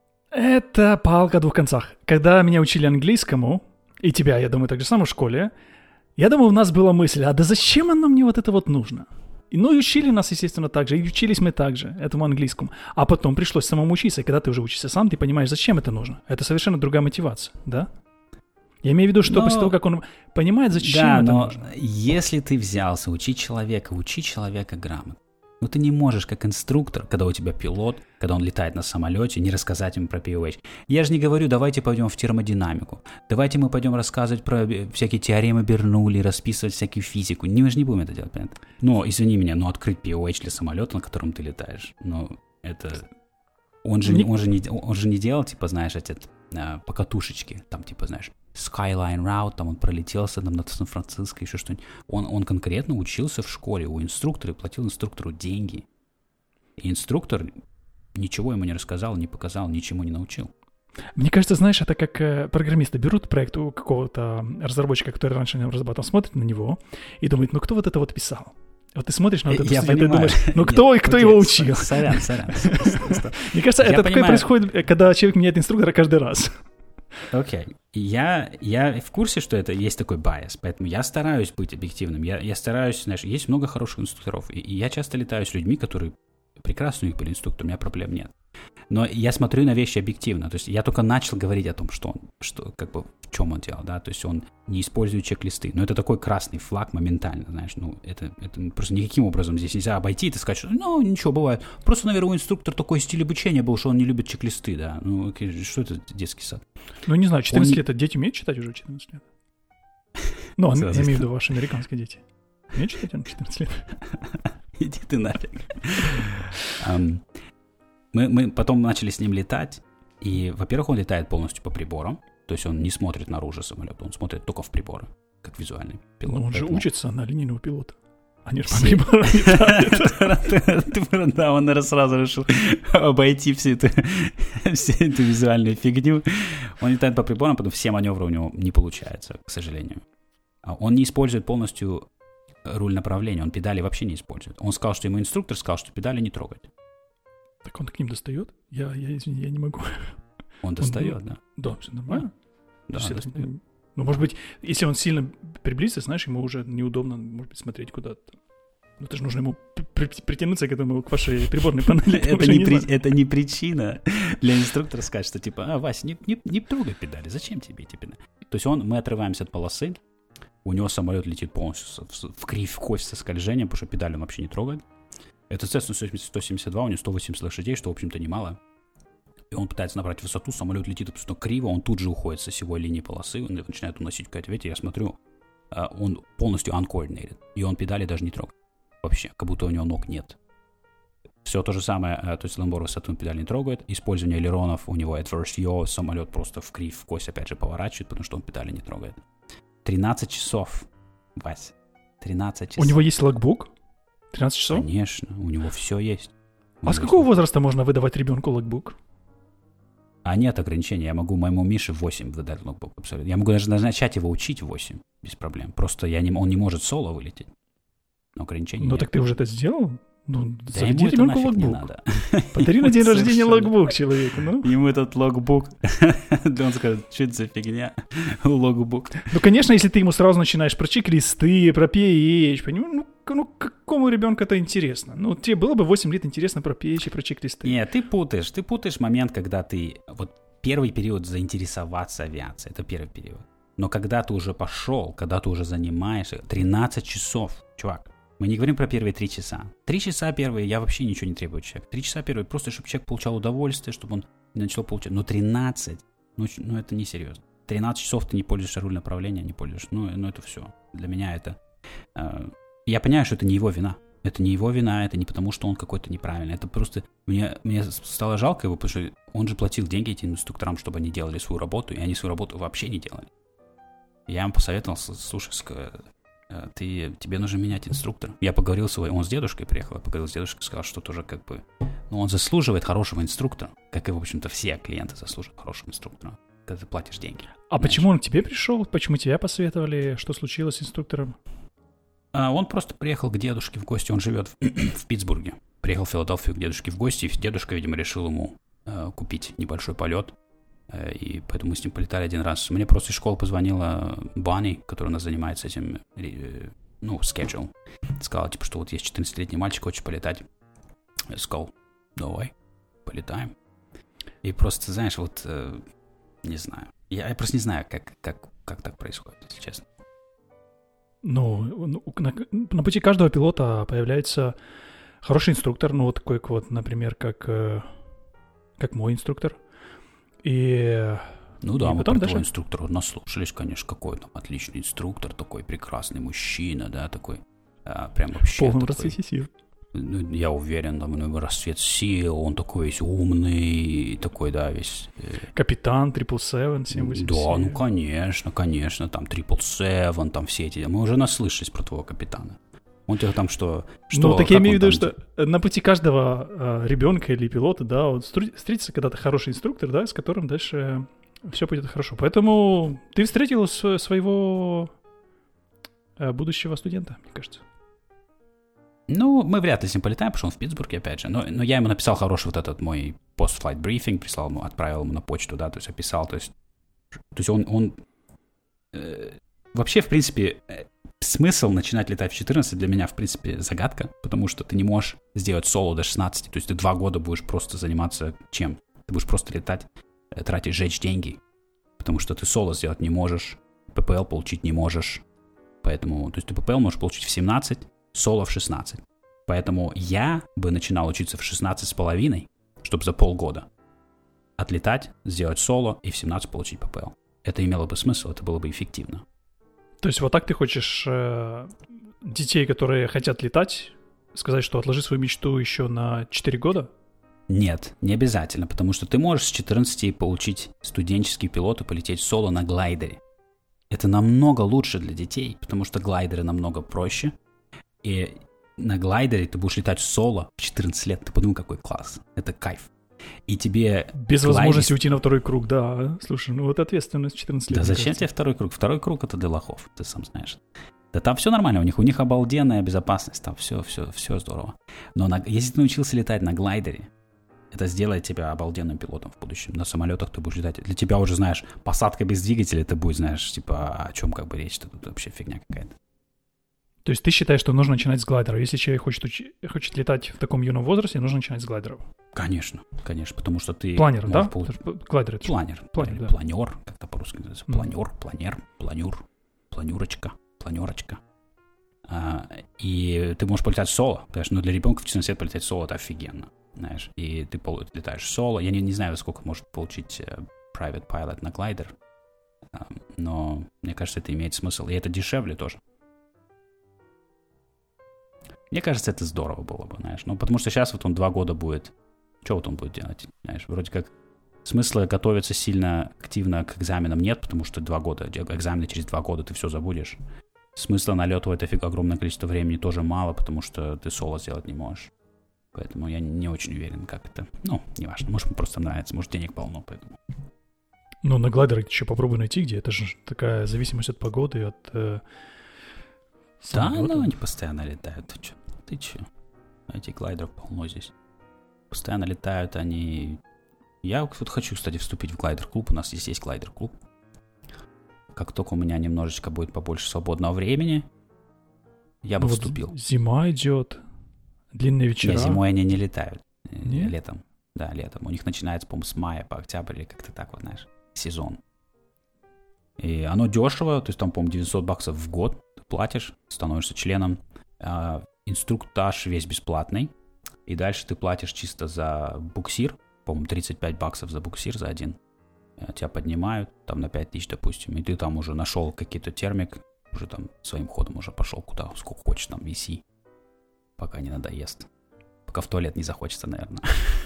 Это палка о 2 концах. Когда меня учили английскому, и тебя, я думаю, так же самое в школе, я думаю, у нас была мысль, да зачем оно мне вот это вот нужно? И учили нас, естественно, так же, и учились мы так же, этому английскому. А потом пришлось самому учиться, и когда ты уже учишься сам, ты понимаешь, зачем это нужно. Это совершенно другая мотивация, да? Я имею в виду, что после того, как он понимает, зачем это нужно. Если ты взялся учи человека грамотно. Но ты не можешь, как инструктор, когда у тебя пилот, когда он летает на самолете, не рассказать ему про POH. Я же не говорю, давайте пойдем в термодинамику, давайте мы пойдем рассказывать про всякие теоремы Бернулли, расписывать всякую физику. Мы же не будем это делать, понятно? Но, извини меня, открыть POH для самолета, на котором ты летаешь, это... Он же не делал, типа, знаешь, по катушечке, там, типа, знаешь, Skyline Route, там он пролетелся там, над Сан-Франциско, еще что-нибудь. Он конкретно учился в школе у инструктора и платил инструктору деньги. И инструктор ничего ему не рассказал, не показал, ничему не научил. Мне кажется, знаешь, это как программисты берут проект у какого-то разработчика, который раньше не разрабатывал, смотрят на него и думают, кто вот это вот писал? Вот ты смотришь на вот это, и ты думаешь, кто его учил? Сорян. Мне кажется, это такое происходит, когда человек меняет инструктора каждый раз. Окей. Я в курсе, что это есть такой байс, поэтому я стараюсь быть объективным. Я стараюсь, знаешь, есть много хороших инструкторов, и я часто летаю с людьми, которые прекрасно у них были инструкторы, у меня проблем нет. Но я смотрю на вещи объективно, то есть я только начал говорить о том, что как бы в чем он делал, да, то есть он не использует чек-листы, но это такой красный флаг моментально, знаешь, ну, это просто никаким образом здесь нельзя обойти и сказать, что, ну, ничего, бывает, просто, наверное, у инструктора такой стиль обучения был, что он не любит чек-листы, да, ну, окей, что это детский сад? Ну, не знаю, 14 лет, дети умеют читать уже 14 лет? Ну, я имею в виду ваши американские дети. Умеют читать на 14 лет? Иди ты нафиг. Мы потом начали с ним летать, и, во-первых, он летает полностью по приборам, то есть он не смотрит наружу самолета, он смотрит только в приборы, как визуальный пилот. Но он же учится на линейного пилота. Они же по приборам летают. Да, он, наверное, сразу решил обойти всю эту визуальную фигню. Он летает по приборам, потом все маневры у него не получаются, к сожалению. Он не использует полностью руль направления, он педали вообще не использует. Он сказал, что ему инструктор сказал, что педали не трогать. Так он к ним достает? Извини, я не могу. Он достает, да. Да, все нормально. Да, достает. Ну, может быть, если он сильно приблизится, знаешь, ему уже неудобно, может быть, смотреть куда-то. Ну, это же нужно ему притянуться к вашей приборной панели. Это не причина для инструктора сказать, что типа, Вась, не трогай педали, зачем тебе эти педали? То есть мы отрываемся от полосы, у него самолет летит полностью в кривь, в кость со скольжением, потому что педали он вообще не трогает. Это Cessna 172, у него 180 лошадей, что, в общем-то, немало. И он пытается набрать высоту, самолет летит абсолютно криво, он тут же уходит с осевой линии полосы, он начинает уносить какой-то ветер, я смотрю, он полностью uncoordinated, и он педали даже не трогает. Вообще, как будто у него ног нет. Все то же самое, то есть набор высоты он педали не трогает, использование элеронов, у него adverse yaw, самолет просто в кривь, в кость опять же поворачивает, потому что он педали не трогает. 13 часов, Вась, 13 часов. У него есть логбук? 13 часов? Конечно, у него все есть. А с какого возраста можно выдавать ребенку логбук? А нет ограничений. Я могу моему Мише в 8 выдать логбук абсолютно. Я могу даже начать его учить в 8 без проблем. Просто он не может соло вылететь. Но ограничений нет. Так ты уже это сделал? Ну, да ему это нафиг не надо. Подари на день рождения логбук человеку, ну. Ему этот логбук. Да он скажет, что это за фигня? Логбук. Ну, конечно, если ты ему сразу начинаешь про чек-листы, про PH, понимаешь, ну, какому ребенку это интересно? Ну, тебе было бы 8 лет интересно про PH и про чек-листы. Нет, ты путаешь момент, когда ты... Вот первый период заинтересоваться авиацией, это первый период. Но когда ты уже пошел, когда ты уже занимаешься, 13 часов, чувак, мы не говорим про первые 3 часа. 3 часа первые, я вообще ничего не требую от человека. 3 часа первые, просто чтобы человек получал удовольствие, чтобы он начал получать. Но 13, ну это несерьезно. 13 часов ты не пользуешься руль направления, не пользуешься. Ну это все. Для меня это... Я понимаю, что это не его вина. Это не его вина, это не потому, что он какой-то неправильный. Это просто... Мне стало жалко его, потому что он же платил деньги этим инструкторам, чтобы они делали свою работу, и они свою работу вообще не делали. Я ему посоветовал, слушай, тебе нужно менять инструктора. Я поговорил он с дедушкой приехал, я поговорил с дедушкой, сказал, что тоже как бы... Ну, он заслуживает хорошего инструктора, как и, в общем-то, все клиенты заслуживают хорошего инструктора, когда ты платишь деньги. А почему он к тебе пришел? Почему тебя посоветовали? Что случилось с инструктором? Он просто приехал к дедушке в гости, он живет в Питтсбурге. Приехал в Филадельфию к дедушке в гости, и дедушка, видимо, решил ему купить небольшой полет, и поэтому мы с ним полетали один раз. Мне просто из школы позвонила Банни, которая у нас занимается этим, schedule. Сказала, типа, что вот есть 14-летний мальчик, хочет полетать. Я сказал, давай, полетаем. И просто, знаешь, вот, не знаю. Я просто не знаю, как так происходит, если честно. Ну, на пути каждого пилота появляется хороший инструктор, ну, вот такой вот, например, как мой инструктор. И... Ну да, мы про твоего инструктора наслушались, конечно, какой там отличный инструктор, такой прекрасный мужчина, да, такой прям вообще... Полный расцвете сил. Я уверен, там, расцвет сил, он такой весь умный, такой, да, весь... Капитан 777. Да, ну, конечно, там 777, там все эти... Мы уже наслышались про твоего капитана. Он тебе там что... Ну, так я имею в виду, что на пути каждого ребенка или пилота, да, вот встретится когда-то хороший инструктор, да, с которым дальше все пойдет хорошо. Поэтому ты встретил своего будущего студента, мне кажется. Ну, мы вряд ли с ним полетаем, потому что он в Питтсбурге, опять же. Но я ему написал хороший вот этот мой post-flight briefing, отправил ему на почту, да, то есть описал, то есть, То есть он вообще, в принципе, смысл начинать летать в 14 для меня, в принципе, загадка, потому что ты не можешь сделать соло до 16. То есть ты 2 года будешь просто заниматься чем? Ты будешь просто летать, тратить, жечь деньги, потому что ты соло сделать не можешь, ППЛ получить не можешь. Поэтому, то есть ты ППЛ можешь получить в 17, соло в 16. Поэтому я бы начинал учиться в 16,5, чтобы за полгода отлетать, сделать соло и в 17 получить ППЛ. Это имело бы смысл, это было бы эффективно. То есть вот так ты хочешь детей, которые хотят летать, сказать, что отложи свою мечту еще на 4 года? Нет, не обязательно, потому что ты можешь с 14 получить студенческий пилот и полететь соло на глайдере. Это намного лучше для детей, потому что глайдеры намного проще. И на глайдере ты будешь летать соло в 14 лет. Ты подумай, какой класс. Это кайф. И тебе... Без возможности уйти на второй круг, да. Слушай, ну вот ответственность 14 лет. Да зачем тебе второй круг? Второй круг — это для лохов, ты сам знаешь. Да там все нормально, у них обалденная безопасность, там все здорово. Но если ты научился летать на глайдере, это сделает тебя обалденным пилотом в будущем. На самолетах ты будешь летать. Для тебя уже, знаешь, посадка без двигателя, это будет, знаешь, типа, о чем как бы речь-то? Тут вообще фигня какая-то. То есть ты считаешь, что нужно начинать с глайдера? Если человек хочет летать в таком юном возрасте, нужно начинать с глайдеров? Конечно, потому что ты... Планер, да? Глайдер это планер, да. Планер, как-то по-русски называется. Планер, планерочка. И ты можешь полетать соло, конечно, но для ребенка в 14 лет полетать соло — это офигенно, знаешь. И ты летаешь соло. Я не знаю, сколько может получить private pilot на глайдер, но мне кажется, это имеет смысл. И это дешевле тоже. Мне кажется, это здорово было бы, знаешь. Ну, потому что сейчас вот он 2 года будет... Что вот он будет делать? Знаешь, вроде как смысла готовиться сильно активно к экзаменам нет, потому что 2 года, экзамены через 2 года ты все забудешь. Смысла налетывать огромное количество времени тоже мало, потому что ты соло сделать не можешь. Поэтому я не очень уверен, как это... Ну, неважно, может, мне просто нравится, может, денег полно, поэтому... Ну, на глайдерах еще попробуй найти где. Это же такая зависимость от погоды, от... Да, но они постоянно летают. Ты че? Этих глайдеров полно здесь. Постоянно летают они... Я вот хочу, кстати, вступить в глайдер-клуб. У нас здесь есть глайдер-клуб. Как только у меня немножечко будет побольше свободного времени, я бы вступил. Вот зима идет, длинные вечера. Нет, зимой они не летают. Нет? Летом. Да, летом. У них начинается, по-моему, с мая по октябрь или как-то так вот, знаешь, сезон. И оно дешево, то есть там, по-моему, $900 в год ты платишь, становишься членом. Инструктаж весь бесплатный. И дальше ты платишь чисто за буксир. По-моему, $35 за буксир за один. Тебя поднимают там на 5000, допустим. И ты там уже нашел какой-то термик. Уже там своим ходом уже пошел куда, сколько хочешь там виси. Пока не надоест. Пока в туалет не захочется, наверное.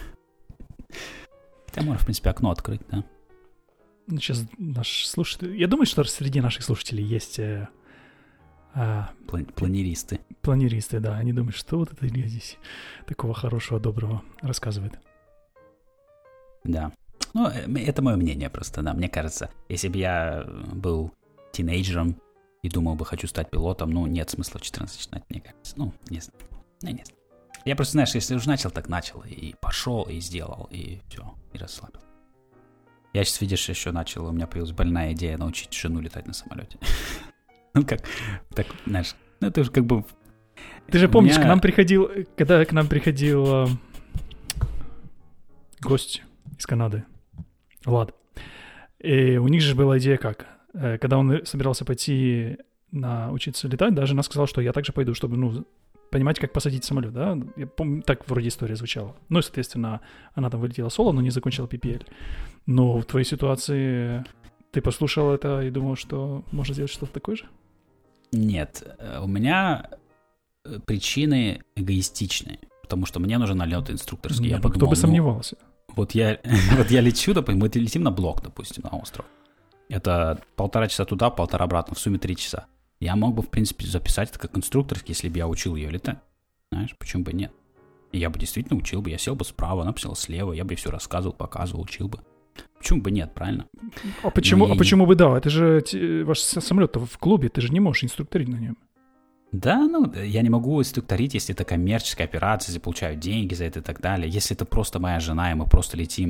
Хотя можно, в принципе, окно открыть, да? Сейчас наш слушатель... Я думаю, что среди наших слушателей есть... Планеристы. Планеристы, да. Они думают, что вот это Илья здесь такого хорошего, доброго рассказывает. Да. Ну, это мое мнение просто, да. Мне кажется, если бы я был тинейджером и думал бы, хочу стать пилотом, ну, нет смысла в 14 начинать, мне кажется. Ну, не знаю. Нет. Я просто, знаешь, если уже начал, так начал. И пошел, и сделал, и все, и расслабил. Я сейчас, видишь, еще начал, у меня появилась больная идея научить жену летать на самолете. Ну, как, так, знаешь, ну, это же как бы... Ты же помнишь, к нам приходил, когда к нам приходил гость из Канады, Влад, и у них же была идея как, когда он собирался пойти учиться летать, да, жена сказала, что я также пойду, чтобы, ну, понимать, как посадить самолет, да, я помню, так вроде история звучала. Ну, и, соответственно, она там вылетела соло, но не закончила PPL. Но в твоей ситуации... Ты послушал это и думал, что можно сделать что-то такое же? Нет, у меня причины эгоистичные, потому что мне нужен налет инструкторский. Нет, я подумал, кто бы сомневался. Вот я лечу, допустим, мы летим на блок, допустим, на остров. Это 1,5 часа туда, 1,5 обратно, в сумме 3 часа. Я мог бы, в принципе, записать это как инструкторский, если бы я учил ее летать. Знаешь, почему бы нет? И я бы действительно учил бы, я сел бы справа, она бы села слева, я бы ей все рассказывал, показывал, учил бы. Почему бы нет, правильно? А почему бы да? Это же ваш самолет в клубе, ты же не можешь инструкторить на нем. Да, ну, я не могу инструкторить, если это коммерческая операция, если получаю деньги за это и так далее. Если это просто моя жена, и мы просто летим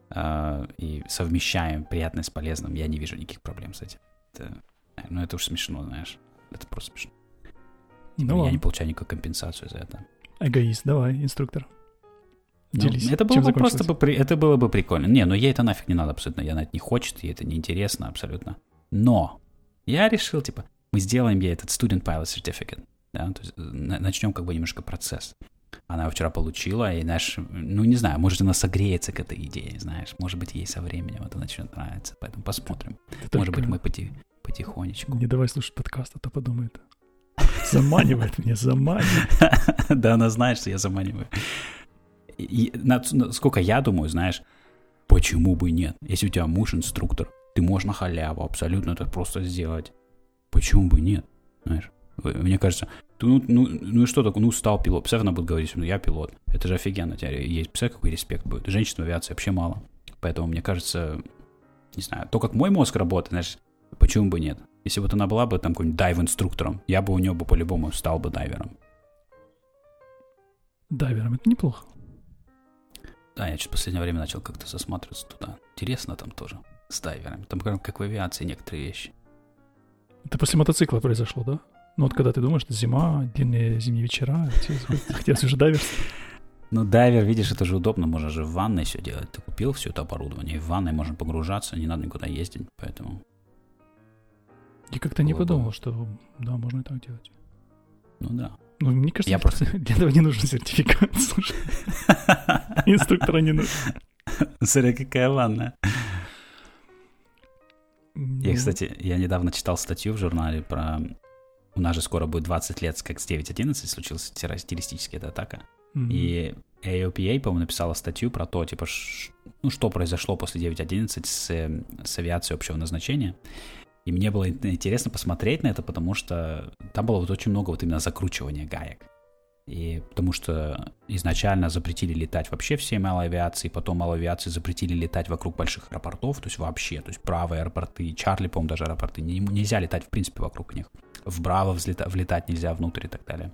и совмещаем приятное с полезным, я не вижу никаких проблем с этим. Это уж смешно, знаешь. Это просто смешно. Я не получаю никакую компенсацию за это. Эгоист, давай, инструктор. Делись. Это было бы просто это было бы прикольно. Не, но ей это нафиг не надо абсолютно. Ей это не хочет, ей это не интересно абсолютно. Но я решил, мы сделаем ей этот Student Pilot Certificate. Да? То есть начнем немножко процесс. Она его вчера получила, и, знаешь, не знаю, может, она согреется к этой идее, знаешь. Может быть, ей со временем это начнет нравиться. Поэтому посмотрим. Может быть, мы потихонечку. Не давай слушать подкаст, а то подумает. Заманивает меня, заманивает. Да, она знает, что я заманиваю. Сколько я думаю, знаешь, почему бы нет? Если у тебя муж инструктор, ты можешь на халяву абсолютно это просто сделать. Почему бы нет? Знаешь, мне кажется, и что такое, стал пилот. Представь, она будет говорить, я пилот. Это же офигенно, у тебя есть, представь, какой респект будет. Женщин в авиации вообще мало. Поэтому, мне кажется, не знаю, то, как мой мозг работает, знаешь, почему бы нет? Если вот она была бы какой-нибудь дайв-инструктором, я бы у нее по-любому стал бы дайвером. Дайвером, это неплохо. Да, я в последнее время начал как-то засматриваться туда. Интересно там тоже, с дайверами. Там как в авиации некоторые вещи. Это после мотоцикла произошло, да? Когда ты думаешь, что зима, длинные зимние вечера, хотелось уже дайверство. Дайвер, видишь, это же удобно, можно же в ванной все делать. Ты купил все это оборудование, и в ванной можно погружаться, не надо никуда ездить, поэтому... Я как-то не подумал, что да, можно и так делать. Да. Мне кажется, для этого не нужен сертификат, слушай. Инструктора не нужен. Смотри, какая ванна. Кстати, я недавно читал статью в журнале про... У нас же скоро будет 20 лет, как с 9.11 случилась террористическая атака. И AOPA, по-моему, написала статью про то, что произошло после 9.11 с авиацией общего назначения. И мне было интересно посмотреть на это, потому что там было очень много именно закручивания гаек. И потому что изначально запретили летать вообще всей малой авиации, потом малой авиации запретили летать вокруг больших аэропортов, то есть вообще, то есть Браво аэропорты, Чарли, по-моему, даже аэропорты, нельзя летать в принципе вокруг них. В Браво влетать нельзя внутрь и так далее.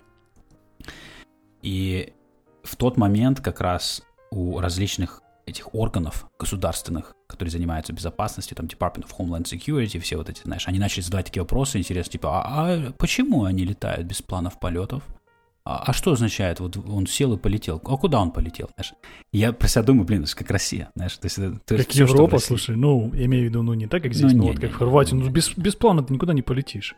И в тот момент как раз у различных этих органов государственных, которые занимаются безопасностью, там Department of Homeland Security, все вот эти, знаешь, они начали задавать такие вопросы, интересно, а почему они летают без планов полетов? А что означает, он сел и полетел? А куда он полетел, знаешь? Я про себя думаю, как Россия, знаешь. То есть, как все, Европа, слушай, имею в виду, не так, как здесь, как в Хорватии, без плана ты никуда не полетишь.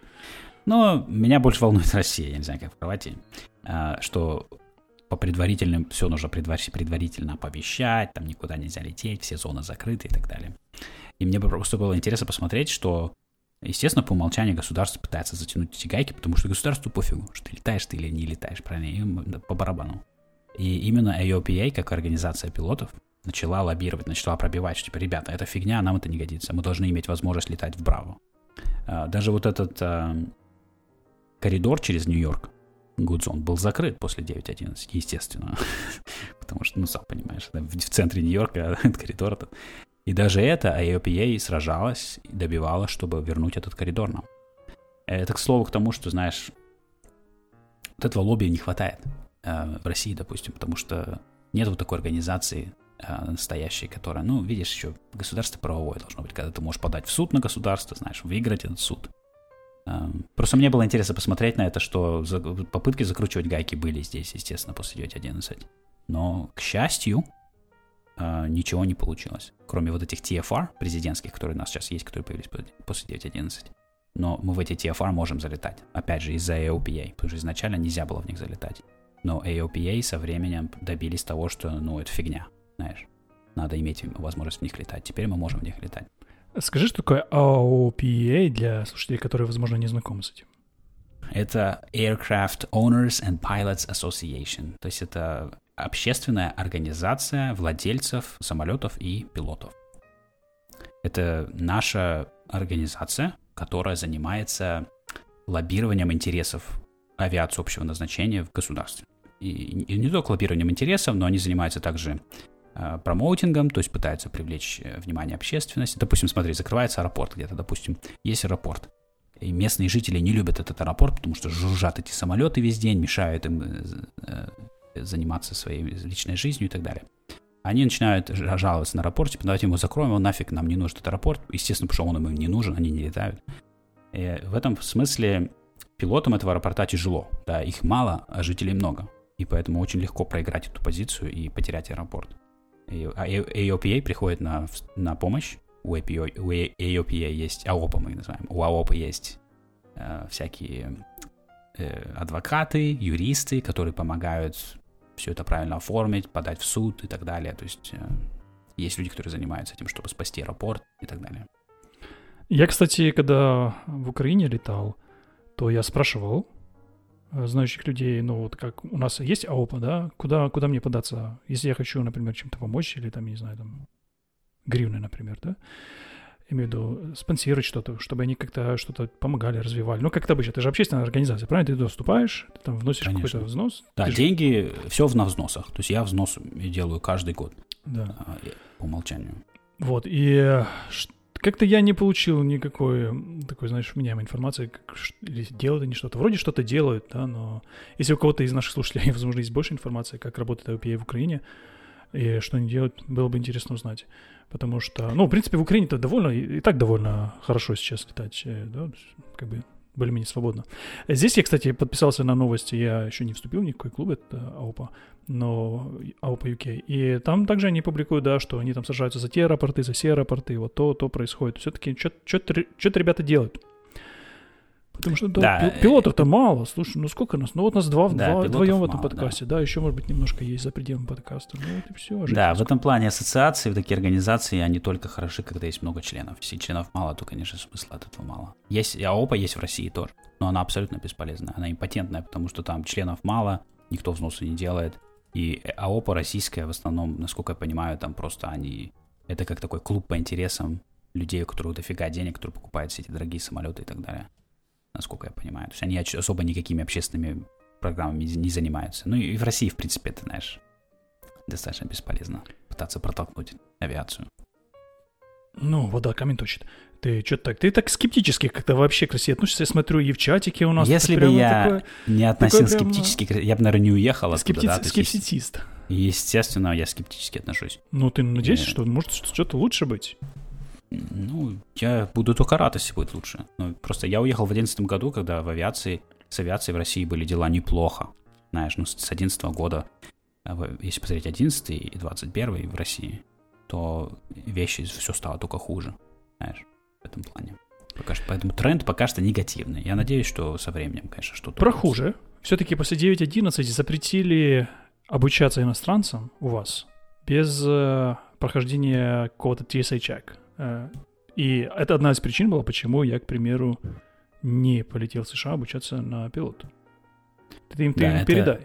Но меня больше волнует Россия, я не знаю, как в Хорватии, что по предварительным, все нужно предварительно оповещать, там никуда нельзя лететь, все зоны закрыты и так далее. И мне просто было интересно посмотреть, что, естественно, по умолчанию государство пытается затянуть эти гайки, потому что государству пофигу, что ты летаешь ты или не летаешь, правильно, им по барабану. И именно AOPA, как организация пилотов, начала лоббировать, начала пробивать, что, ребята, это фигня, нам это не годится, мы должны иметь возможность летать в Браво. Даже вот этот коридор через Нью-Йорк, Гудзон, был закрыт после 9.11, естественно. Потому что, сам понимаешь, в центре Нью-Йорка коридор этот. И даже это AOPA сражалась и добивалась, чтобы вернуть этот коридор нам. Это, к слову, к тому, что, знаешь, вот этого лобби не хватает в России, допустим, потому что нет вот такой организации настоящей, которая, видишь, еще государство правовое должно быть, когда ты можешь подать в суд на государство, знаешь, выиграть этот суд. Просто мне было интересно посмотреть на это, что попытки закручивать гайки были здесь, естественно, после 9.11. Но, к счастью, ничего не получилось. Кроме вот этих TFR президентских, которые у нас сейчас есть, которые появились после 9.11. Но мы в эти TFR можем залетать. Опять же, из-за AOPA, потому что изначально нельзя было в них залетать. Но AOPA со временем добились того, что, это фигня, знаешь. Надо иметь возможность в них летать. Теперь мы можем в них летать. Скажи, что такое AOPA для слушателей, которые, возможно, не знакомы с этим. Это Aircraft Owners and Pilots Association. То есть это общественная организация владельцев самолетов и пилотов. Это наша организация, которая занимается лоббированием интересов авиации общего назначения в государстве. И не только лоббированием интересов, но они занимаются также промоутингом, то есть пытаются привлечь внимание общественности. Допустим, смотри, закрывается аэропорт где-то, допустим, есть аэропорт, и местные жители не любят этот аэропорт, потому что жужжат эти самолеты весь день, мешают им заниматься своей личной жизнью и так далее. Они начинают жаловаться на аэропорт, типа, давайте его закроем, он нафиг нам не нужен этот аэропорт. Естественно, потому что он им не нужен, они не летают. И в этом смысле пилотам этого аэропорта тяжело. Да, их мало, а жителей много. И поэтому очень легко проиграть эту позицию и потерять аэропорт. А AOPA приходит на помощь. У AOPA есть, АОПа мы называем, у АОПа есть всякие адвокаты, юристы, которые помогают все это правильно оформить, подать в суд и так далее. То есть есть люди, которые занимаются этим, чтобы спасти аэропорт и так далее. Я, кстати, когда в Украине летал, то я спрашивал знающих людей, ну вот как у нас есть АОПа, да, куда мне податься, если я хочу, например, чем-то помочь или там, не знаю, там, гривны, например, да, имею в виду спонсировать что-то, чтобы они как-то что-то помогали, развивали. Ну, как это обычно, это же общественная организация, правильно? Ты туда вступаешь, ты там вносишь какой-то взнос. Да, деньги, все на взносах. То есть я взнос делаю каждый год. Да. По умолчанию. Вот, и как-то я не получил никакой такой, знаешь, вменяемой информации, или делают они что-то. Вроде что-то делают, да, но если у кого-то из наших слушателей, возможно, есть больше информации, как работает AOPA в Украине, и что они делают, было бы интересно узнать. Потому что, ну, в принципе, в Украине-то и так довольно хорошо сейчас летать, да, как бы более-менее свободно. Здесь я, кстати, подписался на новости, я еще не вступил в никакой клуб, это АОПа, но АОПа UK. И там также они публикуют, да, что они там сражаются за те аэропорты, за все аэропорты, вот то происходит. Все-таки что-то ребята делают. Потому что да, пилотов-то мало. Слушай, ну сколько нас? Ну вот нас вдвоем в этом подкасте. Да, еще, может быть, немножко есть за пределами подкаста. Ну вот и все. Да, в этом плане ассоциации, такие организации, они только хороши, когда есть много членов. Если членов мало, то, конечно, смысла от этого мало. Есть, АОПа есть в России тоже, но она абсолютно бесполезная. Она импотентная, потому что там членов мало, никто взносы не делает. И АОПа российская в основном, насколько я понимаю, там просто они... Это как такой клуб по интересам людей, у которых дофига денег, которые покупают все эти дорогие самолеты и так далее. Насколько я понимаю. То есть они особо никакими общественными программами не занимаются. Ну и в России, в принципе, это, знаешь, достаточно бесполезно пытаться протолкнуть авиацию. Ну, вода камень точит. Ты так скептически как-то вообще к России относишься. Я смотрю, и в чатике у нас... Если бы я не относился скептически, я бы, наверное, не уехал оттуда. Да? Скептицист. Естественно, я скептически отношусь. Ну, ты надеешься, что может что-то лучше быть? Ну, я буду только рад, если будет лучше. Ну, просто я уехал в 2011 году, когда с авиацией в России были дела неплохо. Знаешь, ну, с 2011 года, если посмотреть 11 и 21 в России, то вещи, все стало только хуже, знаешь, в этом плане. Поэтому тренд пока что негативный. Я надеюсь, что со временем, конечно, что-то... Про хуже. Все-таки после 9.11 запретили обучаться иностранцам у вас без прохождения какого-то TSA-чек. И это одна из причин была, почему я, к примеру, не полетел в США обучаться на пилота. Ты им передай.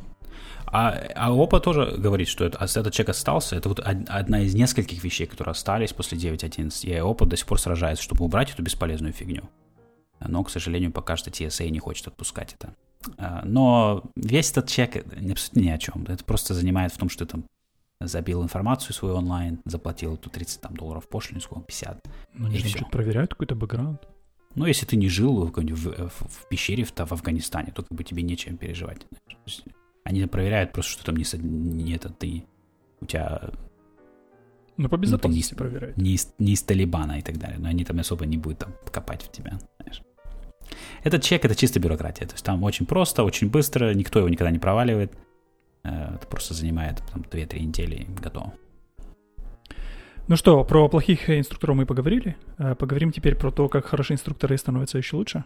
А ОПА тоже говорит, что этот чек остался. Это вот одна из нескольких вещей, которые остались после 9.11. И ОПА до сих пор сражается, чтобы убрать эту бесполезную фигню. Но, к сожалению, пока что TSA не хочет отпускать это. Но весь этот чек абсолютно ни о чем. Это просто занимает в том, что ты там забил информацию свою онлайн, заплатил эту $30 пошлину, сколько, 50. Ну, не знаю, что-то проверяют, какой-то бэкграунд. Ну, если ты не жил в пещере в Афганистане, то как бы тебе нечем переживать. Они проверяют просто, что там не это ты, у тебя... Ну, по безопасности проверяют. Не из Талибана и так далее, но они там особо не будут там копать в тебя, знаешь. Этот чек — это чисто бюрократия, то есть там очень просто, очень быстро, никто его никогда не проваливает. Это просто занимает там 2-3 недели и готово. Ну что, про плохих инструкторов мы поговорили. Поговорим теперь про то, как хорошие инструкторы становятся еще лучше.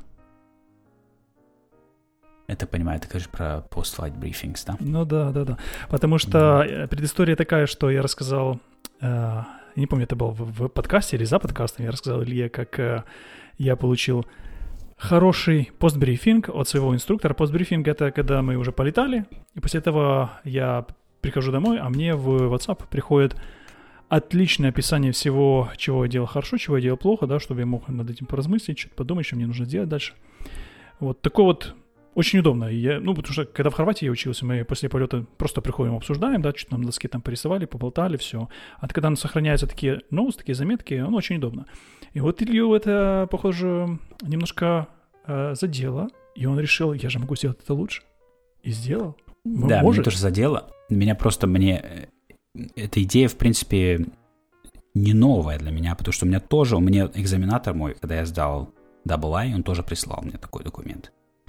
Это, понимаю, ты говоришь про post-flight briefings, да? Ну да. Потому что предыстория такая, что я рассказал, не помню, это было в подкасте или за подкастом, я рассказал Илье, как я получил хороший постбрифинг от своего инструктора. Постбрифинг — это когда мы уже полетали, и после этого я прихожу домой, а мне в WhatsApp приходит отличное описание всего, чего я делал хорошо, чего я делал плохо, да, чтобы я мог над этим поразмыслить, что-то подумать, что мне нужно сделать дальше. Вот такой вот очень удобно. Потому что когда в Хорватии я учился, мы после полета просто приходим, обсуждаем, да, что-то на доске там порисовали, поболтали, все. А когда сохраняются такие ноуты, такие заметки, оно очень удобно. И вот Илью это, похоже, немножко задело, и он решил, я же могу сделать это лучше. И сделал. Да, меня тоже задело. Меня просто, эта идея, в принципе, не новая для меня, потому что у меня экзаменатор мой, когда я сдал Double-I, он тоже прислал мне такой документ.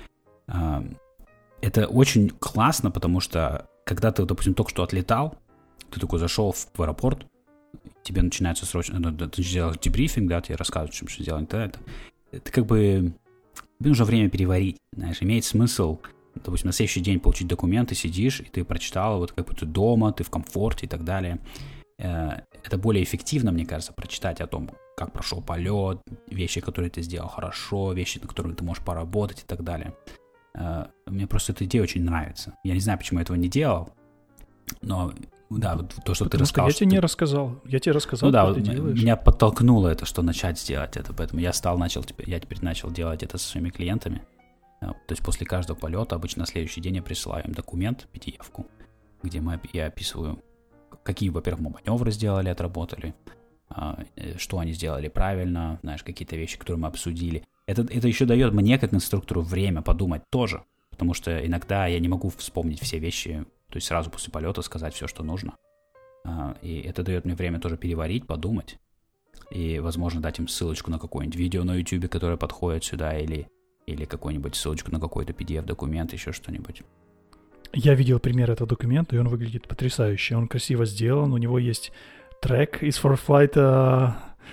Это очень классно, потому что когда ты, допустим, только что отлетал, ты такой зашел в аэропорт, тебе начинается срочно, ты делаешь дебрифинг, да, тебе рассказывают, что делать, это как бы, тебе нужно время переварить, знаешь, имеет смысл, допустим, на следующий день получить документы, сидишь, и ты прочитал, вот как бы ты дома, ты в комфорте и так далее. Это более эффективно, мне кажется, прочитать о том, как прошел полет, вещи, которые ты сделал хорошо, вещи, на которые ты можешь поработать и так далее. Мне просто эта идея очень нравится. Я не знаю, почему я этого не делал, но да, вот то, что ты рассказал. Я тебе не рассказал. Я тебе рассказал, что ты делаешь. Меня подтолкнуло это, что начать делать это, поэтому я теперь начал делать это со своими клиентами. То есть после каждого полета, обычно на следующий день я присылаю им документ, PDF-ку, где я описываю, какие, во-первых, мы маневры сделали, отработали, что они сделали правильно, знаешь, какие-то вещи, которые мы обсудили. Это еще дает мне, как инструктору, время подумать тоже, потому что иногда я не могу вспомнить все вещи, то есть сразу после полета сказать все, что нужно. И это дает мне время тоже переварить, подумать, и, возможно, дать им ссылочку на какое-нибудь видео на YouTube, которое подходит сюда, или какую-нибудь ссылочку на какой-то PDF-документ, еще что-нибудь. Я видел пример этого документа, и он выглядит потрясающе. Он красиво сделан, у него есть трек из ForFlight.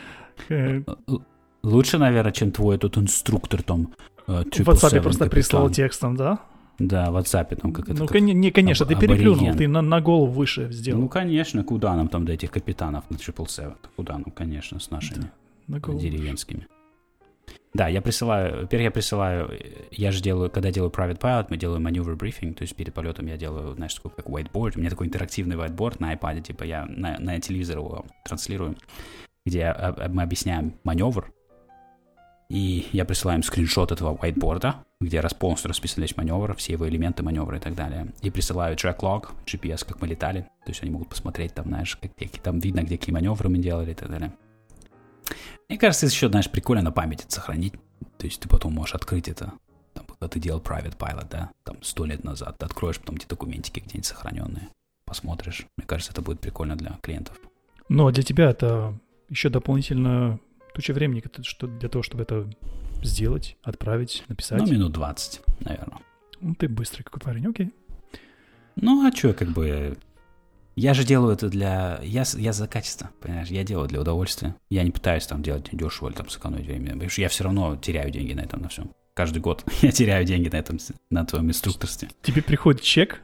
Лучше, наверное, чем твой этот инструктор там. В WhatsApp просто прислал текстом, да? Да, в WhatsApp там как это. Ну, конечно, ты переплюнул, ты на голову выше сделал. Ну, конечно, куда нам там до этих капитанов на 777? Куда нам, конечно, с нашими деревенскими. Да, я присылаю, я же делаю, когда делаю private pilot, мы делаем maneuver briefing, то есть перед полетом я делаю, знаешь, такой как whiteboard, у меня такой интерактивный whiteboard на iPad, типа я на телевизор его транслирую, где мы объясняем маневр, и я присылаю им скриншот этого whiteboard, где полностью расписан весь маневр, все его элементы маневра и так далее, и присылаю track log, GPS, как мы летали, то есть они могут посмотреть там, знаешь, там видно, где какие маневры мы делали и так далее. Мне кажется, еще, знаешь, прикольно на память это сохранить. То есть ты потом можешь открыть это, там, когда ты делал private pilot, да, там 100 лет назад. Ты откроешь потом эти документики где-нибудь сохраненные, посмотришь. Мне кажется, это будет прикольно для клиентов. Но для тебя это еще дополнительно туча времени для того, чтобы это сделать, отправить, написать. Ну, минут 20, наверное. Ну, ты быстрый какой парень, окей. Ну, а что, как бы... Я же делаю это Я за качество, понимаешь? Я делаю для удовольствия. Я не пытаюсь там делать дешево или там сэкономить время. Потому что я все равно теряю деньги на этом, на всем. Каждый год я теряю деньги на этом, на твоем инструкторстве. Тебе приходит чек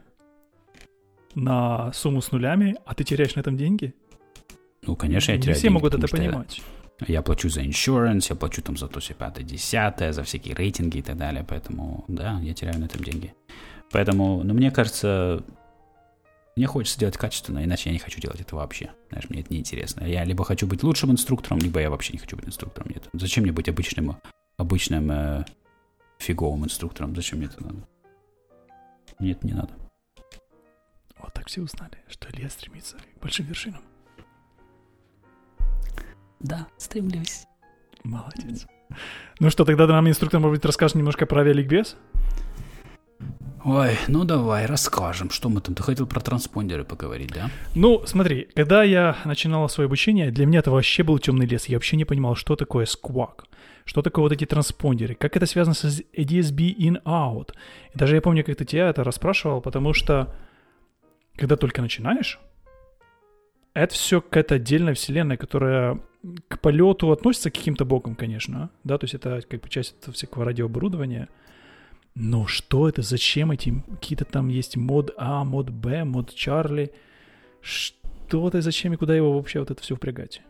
на сумму с нулями, а ты теряешь на этом деньги? Ну, конечно, я теряю деньги. Не все могут это понимать. Я плачу за insurance, я плачу там за то, все 5, 10, за всякие рейтинги и так далее. Поэтому, да, я теряю на этом деньги. Поэтому, ну, мне кажется... Мне хочется делать качественно, иначе я не хочу делать это вообще. Знаешь, мне это неинтересно. Я либо хочу быть лучшим инструктором, либо я вообще не хочу быть инструктором. Нет. Зачем мне быть обычным фиговым инструктором? Зачем мне это надо? Мне это не надо. Вот так все узнали, что Илья стремится к большим вершинам. Да, стремлюсь. Молодец. Ну что, тогда нам инструктор, может быть, расскажет немножко про авиаликбез? Ой, ну давай, расскажем. Что мы там? Ты хотел про транспондеры поговорить, да? Ну, смотри, когда я начинал свое обучение, для меня это вообще был темный лес. Я вообще не понимал, что такое Squawk, что такое вот эти транспондеры, как это связано с ADS-B in-out. И даже я помню, как ты тебя это расспрашивал, потому что, когда только начинаешь, это все какая-то отдельная вселенная, которая к полету относится каким-то боком, конечно, да, то есть это как бы часть этого всякого радиооборудования. Но что это? Зачем эти какие-то там есть мод А, мод Б, мод Чарли? Что это? Зачем и куда его вообще вот это все впрягать?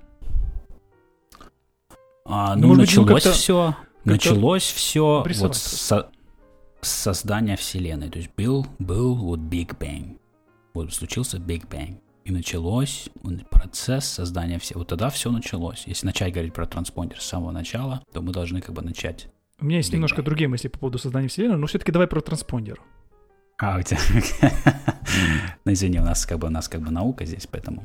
Началось все вот с создания Вселенной. То есть был вот Big Bang. Вот случился Big Bang. И началось процесс создания всего. Вот тогда все началось. Если начать говорить про транспондер с самого начала, то мы должны как бы начать. У меня есть немножко другие мысли по поводу создания Вселенной, но все-таки давай про транспондер. У тебя... Ну, извини, у нас как бы наука здесь, поэтому...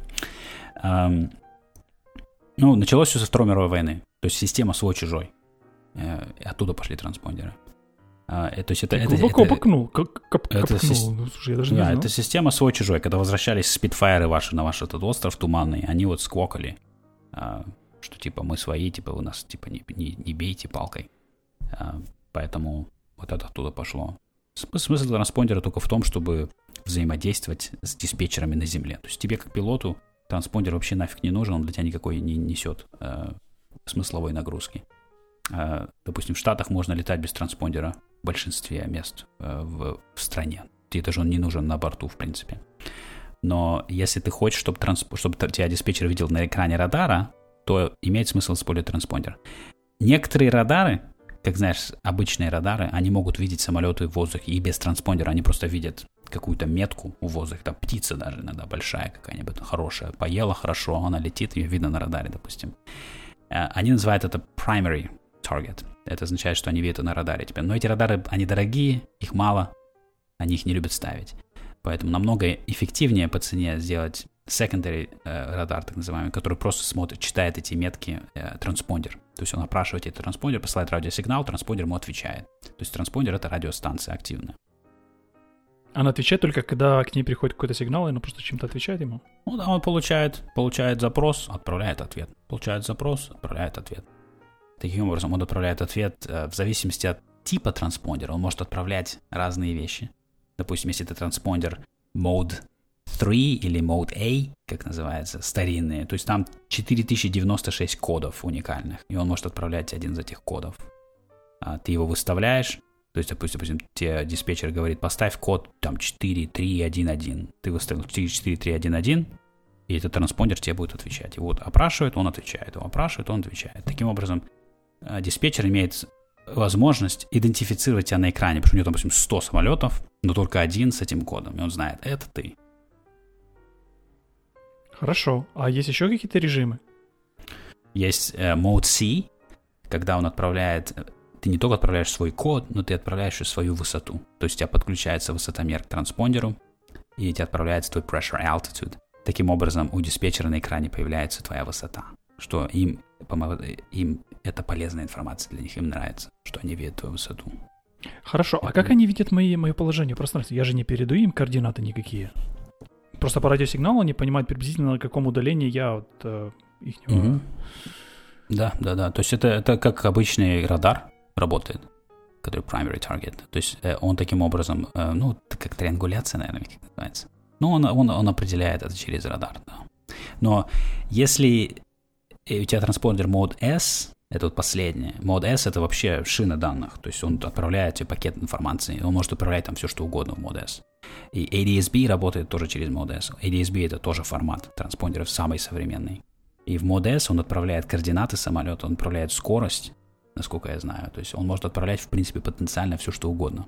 Ну, началось все со Второй мировой войны. То есть система свой-чужой. И оттуда пошли транспондеры. То есть Ты глубоко копнул. Это Ну, слушай, я даже не знал. это система свой-чужой. Когда возвращались спидфайры ваши на ваш этот остров туманный, они вот сквокали, что типа мы свои, типа вы нас типа не бейте палкой. Поэтому вот это оттуда пошло. Смысл транспондера только в том, чтобы взаимодействовать с диспетчерами на Земле. То есть тебе как пилоту транспондер вообще нафиг не нужен, он для тебя никакой не несет смысловой нагрузки. Допустим, в Штатах можно летать без транспондера в большинстве мест в стране. Тебе даже он не нужен на борту, в принципе. Но если ты хочешь, чтобы тебя диспетчер видел на экране радара, то имеет смысл использовать транспондер. Некоторые радары, как знаешь, обычные радары, они могут видеть самолеты в воздухе и без транспондера. Они просто видят какую-то метку в воздухе. Там птица даже иногда большая какая-нибудь, хорошая. Поела хорошо, она летит, ее видно на радаре, допустим. Они называют это primary target. Это означает, что они видят на радаре тебя. Но эти радары, они дорогие, их мало, они их не любят ставить. Поэтому намного эффективнее по цене сделать secondary радар, так называемый, который просто смотрит, читает эти метки транспондер. То есть он опрашивает этот транспондер, посылает радиосигнал, транспондер ему отвечает. То есть транспондер — это радиостанция активная. Она отвечает только, когда к ней приходит какой-то сигнал, и она просто чем-то отвечает ему? Ну да, он получает запрос, отправляет ответ. Получает запрос, отправляет ответ. Таким образом, он отправляет ответ в зависимости от типа транспондера. Он может отправлять разные вещи. Допустим, если это транспондер Mode 3 или Mode A, как называется, старинные, то есть там 4096 кодов уникальных, и он может отправлять один из этих кодов. Ты его выставляешь, то есть, допустим, тебе диспетчер говорит, поставь код там 4311. Ты выставил 44311, и этот транспондер тебе будет отвечать. Его опрашивает, он отвечает, его опрашивает, он отвечает. Таким образом, диспетчер имеет возможность идентифицировать тебя на экране, потому что у него, допустим, 100 самолетов, но только один с этим кодом, и он знает, это ты. Хорошо. А есть еще какие-то режимы? Есть Mode C, когда он отправляет... Ты не только отправляешь свой код, но ты отправляешь и свою высоту. То есть у тебя подключается высотомер к транспондеру, и у тебя отправляется твой pressure altitude. Таким образом, у диспетчера на экране появляется твоя высота, что им это полезная информация для них, им нравится, что они видят твою высоту. Хорошо, а как они видят мое положение в пространстве? Я же не передаю им координаты никакие. Просто по радиосигналу они понимают приблизительно, на каком удалении я от ихнего... Угу. Да. То есть это как обычный радар работает, который primary target. То есть он таким образом, как триангуляция, наверное, как это называется. Ну, он определяет это через радар, да. Но если у тебя транспондер Mode S, это вот последнее. Mode S — это вообще шина данных. То есть он отправляет тебе пакет информации. Он может отправлять там все, что угодно в Mode S. И ADS-B работает тоже через Mode S. ADS-B — это тоже формат транспондеров самый современный. И в Mode S он отправляет координаты самолета, он отправляет скорость, насколько я знаю. То есть он может отправлять, в принципе, потенциально все, что угодно.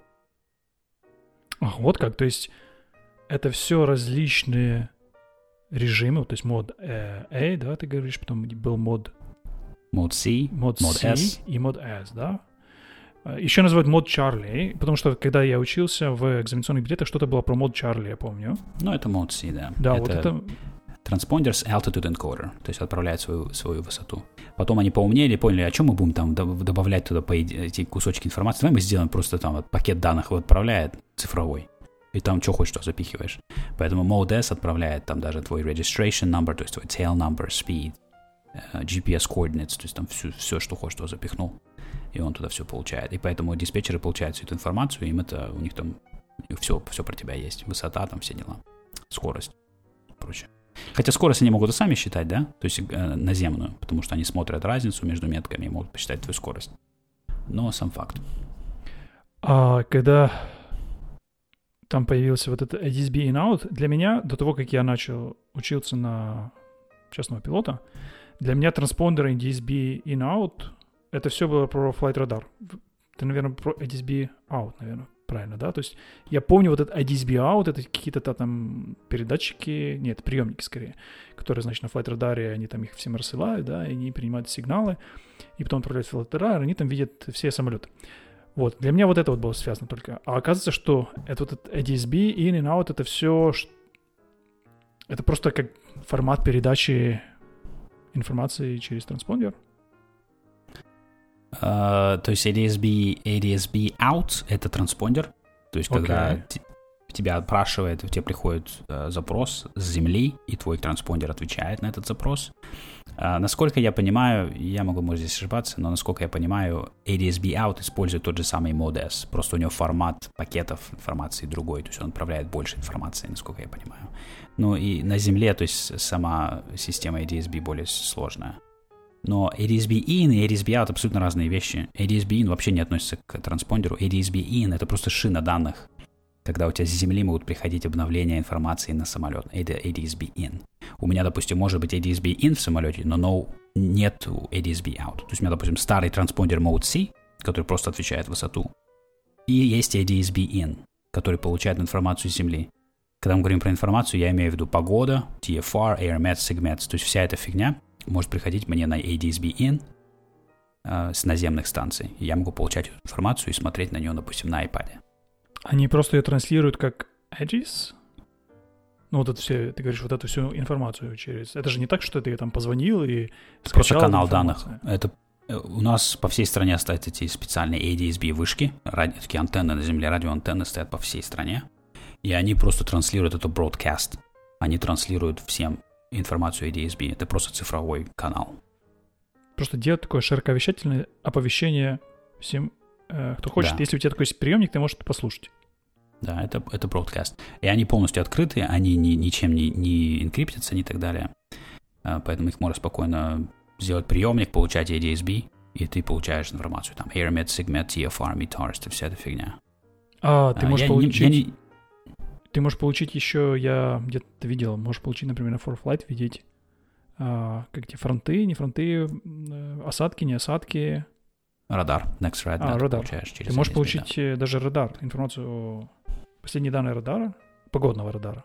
Ах, вот как. То есть это все различные режимы. То есть мод A, да, ты говоришь, потом был мод C, мод S и мод S, да? Еще называют мод Charlie, потому что когда я учился в экзаменационных билетах, что-то было про мод Charlie, я помню. Ну, это мод C, да. Да, вот это... Транспондер с altitude encoder, то есть отправляет свою высоту. Потом они поумнели, поняли, о чем мы будем там добавлять туда эти кусочки информации. Давай мы сделаем просто там вот пакет данных его отправляет цифровой. И там что хочешь, что запихиваешь. Поэтому Mode S отправляет там даже твой registration number, то есть твой tail number, speed, GPS coordinates, то есть там все, что хочешь, что запихнул. И он туда все получает. И поэтому диспетчеры получают всю эту информацию, им это, у них там все про тебя есть. Высота, там все дела. Скорость и прочее. Хотя скорость они могут и сами считать, да? То есть наземную, потому что они смотрят разницу между метками и могут посчитать твою скорость. Но сам факт. А когда там появился вот этот ADS-B in-out, для меня, до того, как я начал учиться на частного пилота, для меня транспондер ADS-B in-out, это все было про flight radar. Это, наверное, про ADS-B out, наверное. Правильно, да? То есть я помню вот этот ADS-B out, это какие-то там передатчики, нет, приемники скорее, которые, значит, на флайт-радаре, они там их всем рассылают, да, и они принимают сигналы, и потом отправляют в флайт-радар, они там видят все самолеты. Вот, для меня вот это вот было связано только. А оказывается, что это вот этот ADS-B, in and out, это все, это просто как формат передачи информации через транспондер. То есть ADSB out — это транспондер. То есть когда тебя опрашивает, тебе приходит запрос с земли, и твой транспондер отвечает на этот запрос. Насколько я понимаю, я могу, может, здесь ошибаться, но насколько я понимаю, ADSB out использует тот же самый MODES, просто у него формат пакетов информации другой, то есть он отправляет больше информации, насколько я понимаю. Ну и на земле, то есть сама система ADSB более сложная. Но ADSB in и ADSB out абсолютно разные вещи. ADSB in вообще не относится к транспондеру. ADSB in — это просто шина данных, когда у тебя с земли могут приходить обновления информации на самолет. Это ADSB in. У меня, допустим, может быть ADSB in в самолете, но нет ADSB out. То есть у меня, допустим, старый транспондер Mode C, который просто отвечает высоту. И есть ADSB in, который получает информацию с земли. Когда мы говорим про информацию, я имею в виду погода, TFR, AirMets, SIGMETs. То есть вся эта фигня может приходить мне на ADSB in с наземных станций. И я могу получать эту информацию и смотреть на нее, допустим, на iPad. Они просто ее транслируют как edges? Ну, вот это все, ты говоришь, вот эту всю информацию через... Это же не так, что ты там позвонил и скачал просто канал данных. Это у нас по всей стране стоят эти специальные ADSB-вышки, такие антенны на земле, радиоантенны стоят по всей стране, и они просто транслируют это broadcast. Они транслируют всем информацию ADSB. Это просто цифровой канал. Просто делать такое широковещательное оповещение всем, кто хочет. Да. Если у тебя такой есть приемник, ты можешь это послушать. Да, это бродкаст. И они полностью открыты, они ничем не энкриптятся, и так далее. Поэтому их можно спокойно сделать приемник, получать ADSB, и ты получаешь информацию. Там AirMet, SIGMET, TFR, METARS, вся эта фигня. Ты можешь получить... Ты можешь получить еще, я где-то видел, можешь получить, например, на ForFlight видеть, как эти фронты, не фронты, осадки, не осадки. Радар, NextRad. Радар. Ты можешь получить даже радар, информацию, последние данные радара, погодного радара.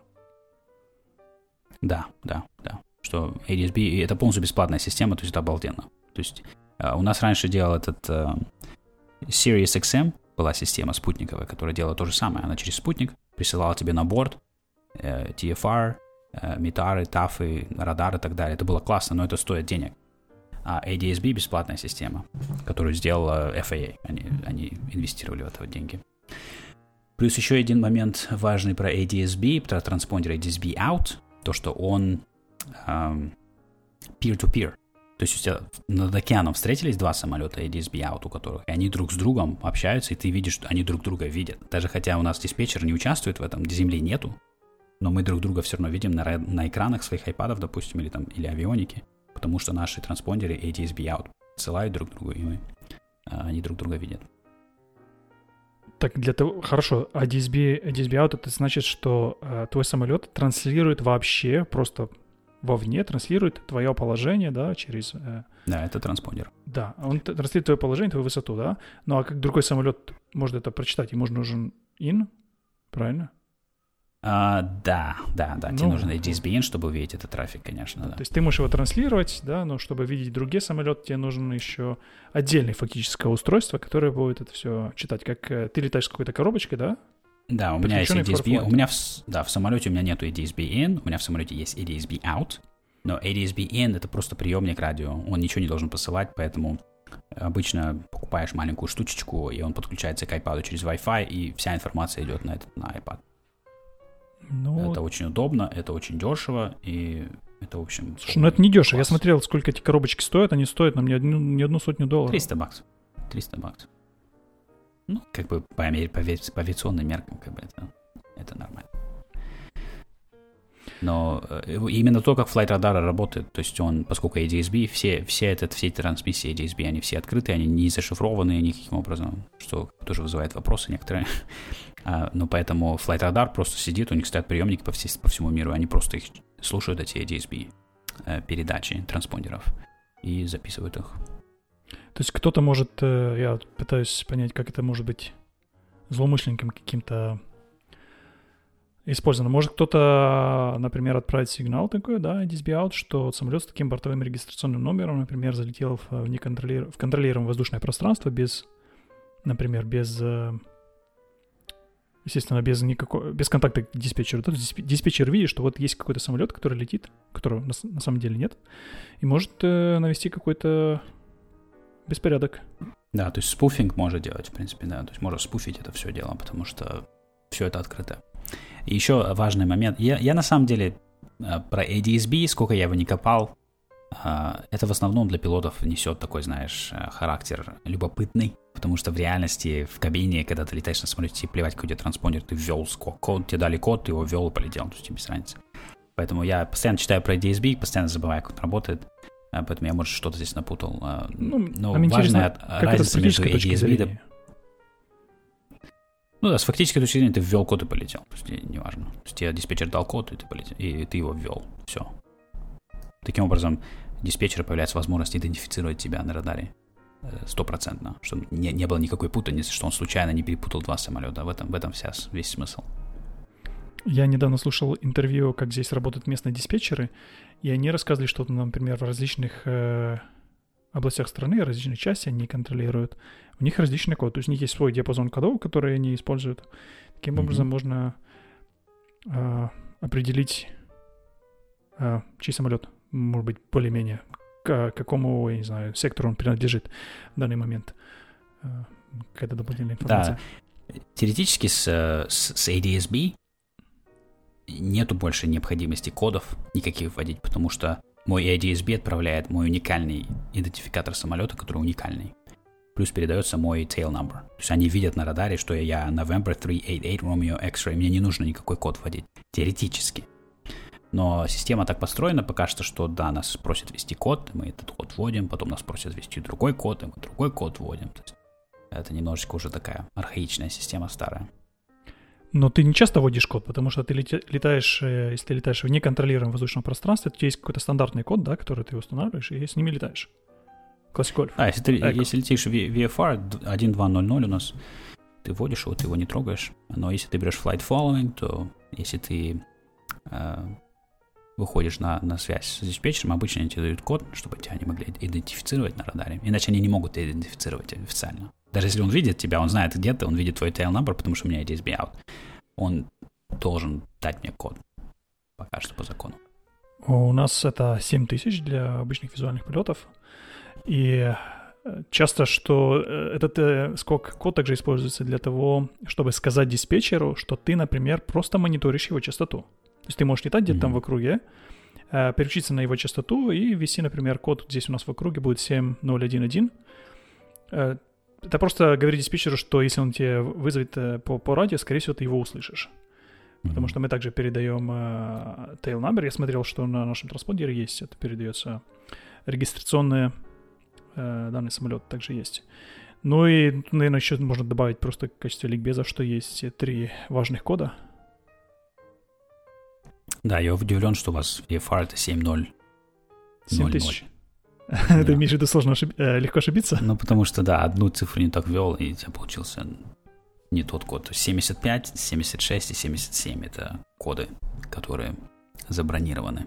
Да. Что ADSB, это полностью бесплатная система, то есть это обалденно. То есть у нас раньше делал этот SiriusXM, была система спутниковая, которая делала то же самое. Она через спутник присылала тебе на борт TFR, метары, тафы, радары и так далее. Это было классно, но это стоит денег. А ADSB — бесплатная система, которую сделала FAA. Они инвестировали в это деньги. Плюс еще один момент важный про ADSB, про транспондер ADSB out, то, что он peer-to-peer. То есть у тебя над океаном встретились два самолета ADSB out, у которых, и они друг с другом общаются, и ты видишь, что они друг друга видят. Даже хотя у нас диспетчер не участвует в этом, земли нету, но мы друг друга все равно видим на экранах своих айпадов, допустим, или авионики, потому что наши транспондеры ADSB out ссылают друг другу, и они друг друга видят. Так, для того... Хорошо, ADSB out — это значит, что твой самолет транслирует вообще просто... вовне транслирует твое положение, да, через... Да, это транспондер. Да, он транслирует твое положение, твою высоту, да. Ну, а как другой самолет может это прочитать? Ему нужен in, правильно? Да. Тебе нужен ADSB in, чтобы увидеть этот трафик, конечно, да. То есть ты можешь его транслировать, да, но чтобы видеть другие самолеты, тебе нужно еще отдельное фактическое устройство, которое будет это все читать. Как ты летаешь с какой-то коробочкой, да? Да, у меня есть ADSB. У меня в самолете у меня нету ADSB in, у меня в самолете есть ADSB out, но ADSB in — это просто приемник радио, он ничего не должен посылать, поэтому обычно покупаешь маленькую штучечку, и он подключается к iPad через Wi-Fi, и вся информация идет на iPad. Это очень удобно, это очень дешево, и это, в общем... Слушай, ну это не дешево. Я смотрел, сколько эти коробочки стоят, они стоят нам не одну сотню долларов. $300. Ну, как бы по авиационным меркам, как бы это нормально. Но именно то, как Flight Radar работает, то есть он, поскольку ADSB, все эти трансмиссии ADSB, они все открыты, они не зашифрованы никаким образом, что тоже вызывает вопросы некоторые. Но поэтому Flight Radar просто сидит, у них стоят приемники по всему миру, они просто их слушают, эти ADSB передачи транспондеров, и записывают их. То есть кто-то может, я пытаюсь понять, как это может быть злоумышленником каким-то использовано. Может кто-то, например, отправить сигнал такой, да, ADSB out, что самолет с таким бортовым регистрационным номером, например, залетел в контролируемое воздушное пространство без контакта к диспетчеру. То есть диспетчер видит, что вот есть какой-то самолет, который летит, которого на самом деле нет, и может навести какой-то беспорядок. Да, то есть спуфинг может делать, в принципе, да. То есть можно спуфить это все дело, потому что все это открыто. И еще важный момент. Я на самом деле про ADSB, сколько я его не копал, это в основном для пилотов несет такой, знаешь, характер любопытный, потому что в реальности в кабине, когда ты летаешь на самолете, тебе плевать, какой у тебя транспондер, ты ввел код, тебе дали код, ты его ввел и полетел, то есть тебе без разницы. Поэтому я постоянно читаю про ADSB, постоянно забываю, как он работает, поэтому я, может, что-то здесь напутал. Но важная разница между ADSB... Ну да, с фактической точки зрения ты ввел код и полетел, то есть неважно. То есть тебе диспетчер дал код, и ты полетел, и ты его ввел, все. Таким образом, диспетчеру появляется возможность идентифицировать тебя на радаре 100%, чтобы не было никакой путаницы, что он случайно не перепутал два самолета. В этом весь смысл. Я недавно слушал интервью, как здесь работают местные диспетчеры, и они рассказывали, что, например, в различных областях страны, различных частях они контролируют. У них различный код, то есть у них есть свой диапазон кодов, который они используют. Таким образом можно определить, чей самолет, может быть, более-менее, к какому, я не знаю, сектору он принадлежит в данный момент. Какая-то дополнительная информация. Да, теоретически с ADSB нету больше необходимости кодов никаких вводить, потому что мой ADSB отправляет мой уникальный идентификатор самолета, который уникальный. Плюс передается мой tail number. То есть они видят на радаре, что я November 388 Romeo X-Ray. Мне не нужно никакой код вводить. Теоретически. Но система так построена пока что, что да, нас просят ввести код, мы этот код вводим, потом нас просят ввести другой код, и мы другой код вводим. То есть это немножечко уже такая архаичная система, старая. Но ты не часто вводишь код, потому что ты летаешь, если ты летаешь в неконтролируемом воздушном пространстве, то есть какой-то стандартный код, да, который ты устанавливаешь, и с ними летаешь. Classic Golf. Если летишь в VFR 1200 у нас, ты вводишь его, ты его не трогаешь. Но если ты берешь flight following, то если ты выходишь на связь с диспетчером, обычно они тебе дают код, чтобы тебя не могли идентифицировать на радаре. Иначе они не могут тебя идентифицировать официально. Даже если он видит тебя, он знает, где ты, он видит твой tail number, потому что у меня ADSB out. Он должен дать мне код. Пока что по закону. У нас это 7000 для обычных визуальных полетов. И часто, что этот скок-код также используется для того, чтобы сказать диспетчеру, что ты, например, просто мониторишь его частоту. То есть ты можешь летать где-то там в округе, переключиться на его частоту и ввести, например, код здесь у нас в округе будет 7011. Это просто говорит диспетчеру, что если он тебе вызовет по радио, скорее всего, ты его услышишь. Потому что мы также передаем tail number. Я смотрел, что на нашем транспондере есть, это передается регистрационные данные самолета также есть. Ну и, наверное, еще можно добавить просто в качестве ликбеза, что есть 3 важных кода. Да, я удивлен, что у вас VFR это 7000. 7000. Ты имеешь в виду легко ошибиться? Ну, потому что, да, одну цифру не так ввел, и у тебя получился не тот код. То есть 75, 76 и 77 — это коды, которые забронированы.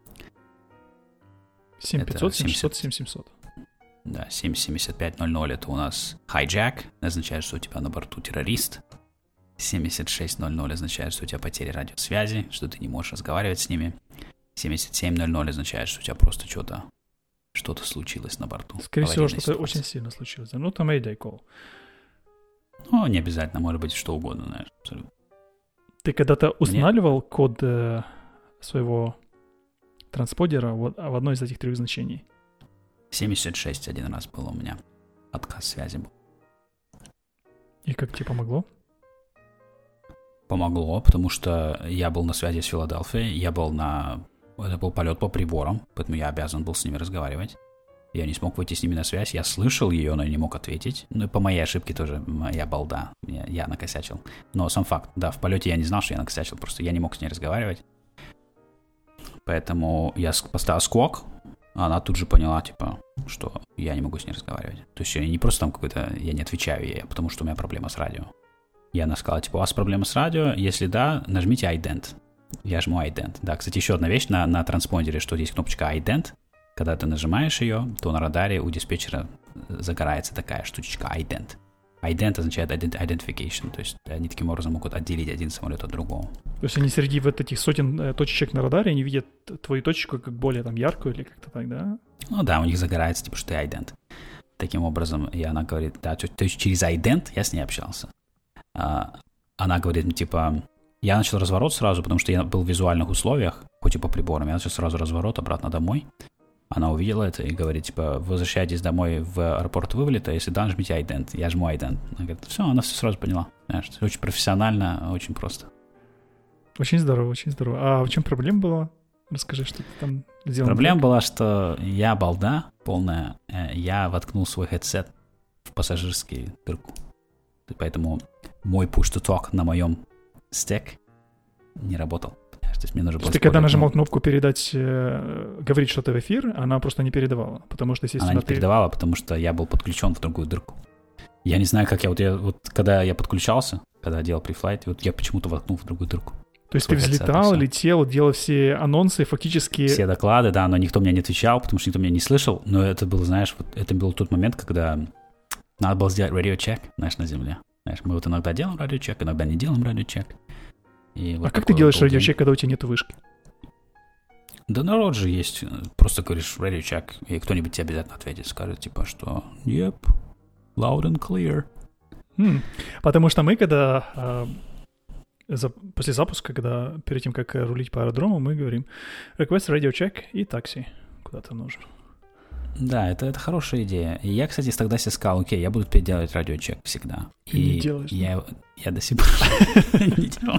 7500, 7600, 7700. Да, 7500 это у нас hijack, означает, что у тебя на борту террорист. 7600 означает, что у тебя потеря радиосвязи, что ты не можешь разговаривать с ними. 7700 означает, что у тебя просто что-то случилось на борту. Скорее всего, что-то очень сильно случилось. Ну, там Mayday call. Ну, не обязательно, может быть, что угодно, знаешь, абсолютно. Ты когда-то устанавливал код своего транспондера в одно из этих 3 значений? 76 один раз было у меня. Отказ связи был. И как тебе помогло? Помогло, потому что я был на связи с Филадельфией, это был полет по приборам, поэтому я обязан был с ними разговаривать. Я не смог выйти с ними на связь, я слышал ее, но не мог ответить. Ну и по моей ошибке тоже, моя балда, я накосячил. Но сам факт, да, в полете я не знал, что я накосячил, просто я не мог с ней разговаривать. Поэтому я поставил сквок, она тут же поняла, типа, что я не могу с ней разговаривать. То есть я не просто там какой-то, я не отвечаю ей, потому что у меня проблема с радио. Я она сказала, типа, у вас проблема с радио? Если да, нажмите ident. Я жму ident. Да, кстати, еще одна вещь на транспондере, что есть кнопочка ident. Когда ты нажимаешь ее, то на радаре у диспетчера загорается такая штучечка ident. Ident означает identification, то есть они таким образом могут отделить один самолет от другого. То есть они среди вот этих сотен точечек на радаре, они видят твою точку как более там яркую или как-то так, да? Ну да, у них загорается, типа, что ты ident. таким образом, и она говорит, да, то есть через айдент я с ней общался. Она говорит, типа, я начал разворот сразу, потому что я был в визуальных условиях, хоть и по приборам, я начал сразу разворот обратно домой. Она увидела это и говорит, типа, возвращайтесь домой в аэропорт вылета, если да, жмите айдент. Я жму айдент. Она говорит, все, она все сразу поняла. Знаешь, очень профессионально, очень просто. Очень здорово, очень здорово. А в чем проблема была? Расскажи, что ты там сделал. Проблема была, что я балда полная, я воткнул свой headset в пассажирскую дырку. Поэтому мой push-to-talk на моем стек не работал. То есть мне нужно было... Ты когда нажимал кнопку передать, говорить что-то в эфир, она просто не передавала, потому что, естественно... Она не передавала, потому что я был подключен в другую дырку. Я не знаю, как вот когда я подключался, когда делал префлайт, вот я почему-то воткнул в другую дырку. То есть ты взлетал, летел, делал все анонсы, фактически... Все доклады, да, но никто мне не отвечал, потому что никто меня не слышал, но это был, знаешь, вот это был тот момент, когда надо было сделать радиочек, знаешь, на Земле. Знаешь, мы вот иногда делаем радиочек, иногда не делаем радиочек. Вот как ты делаешь радиочек, когда у тебя нет вышки? Да народ же есть. Просто говоришь радиочек, и кто-нибудь тебе обязательно ответит. Скажет, типа, что yep, loud and clear. Потому что мы, когда после запуска, когда перед тем, как рулить по аэродрому, мы говорим request radio check и такси куда-то нужно. Да, это хорошая идея. И я, кстати, тогда себе сказал, окей, я буду теперь делать радиочек всегда. Ты не делаешь. Я до сих пор не делал.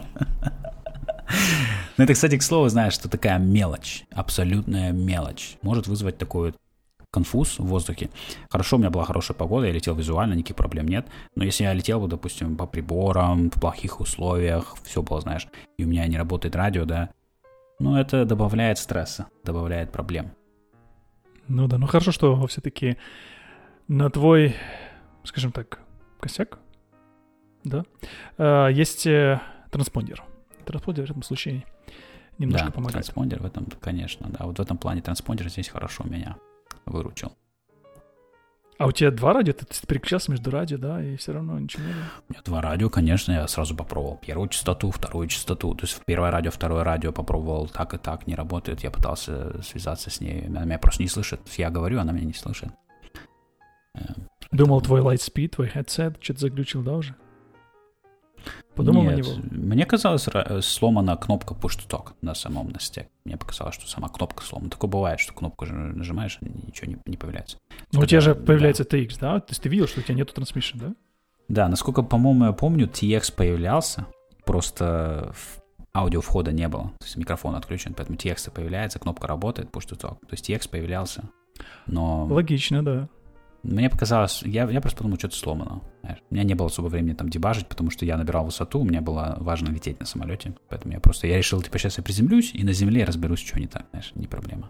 Но это, кстати, к слову, знаешь, что такая мелочь, абсолютная мелочь, может вызвать такой вот конфуз в воздухе. Хорошо, у меня была хорошая погода, я летел визуально, никаких проблем нет. Но если я летел бы, допустим, по приборам, в плохих условиях, все было, знаешь, и у меня не работает радио, да, ну, это добавляет стресса, добавляет проблем. Ну да, ну хорошо, что все-таки на твой, скажем так, косяк, да, есть транспондер. Транспондер в этом случае немножко помогает. Транспондер в этом, конечно, да. Вот в этом плане транспондер здесь хорошо меня выручил. А у тебя два радио? Ты переключался между радио, да, и все равно ничего не было? У меня два радио, конечно, я сразу попробовал первую частоту, вторую частоту. То есть первое радио, второе радио попробовал так и так, не работает. Я пытался связаться с ней, она меня просто не слышит. Я говорю, она меня не слышит. Думал, твой Lightspeed, твой headset что-то заглючил, да, уже? Подумал Нет, на него? Мне казалось, сломана кнопка push-to-talk на самом настек. Мне показалось, что сама кнопка сломана. Такое бывает, что кнопку нажимаешь, и ничего не появляется. Но у тебя же появляется TX, да? То есть ты видел, что у тебя нету трансмиссии, да? Да, насколько, по-моему, я помню, TX появлялся, просто аудио входа не было. То есть микрофон отключен, поэтому TX появляется, кнопка работает, push-to-talk. То есть TX появлялся, но... Логично, да. Мне показалось, я просто подумал, что-то сломано. Знаешь. У меня не было особо времени там дебажить, потому что я набирал высоту, мне было важно лететь на самолете. Поэтому я решил, типа, сейчас я приземлюсь, и на земле разберусь, что не так, знаешь, не проблема.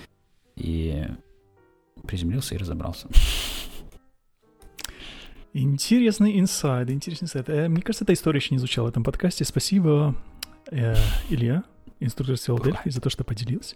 И приземлился и разобрался. Интересный инсайд. Мне кажется, эта история еще не звучала в этом подкасте. Спасибо, Илья, инструктор с Филадельфии, за то, что поделился.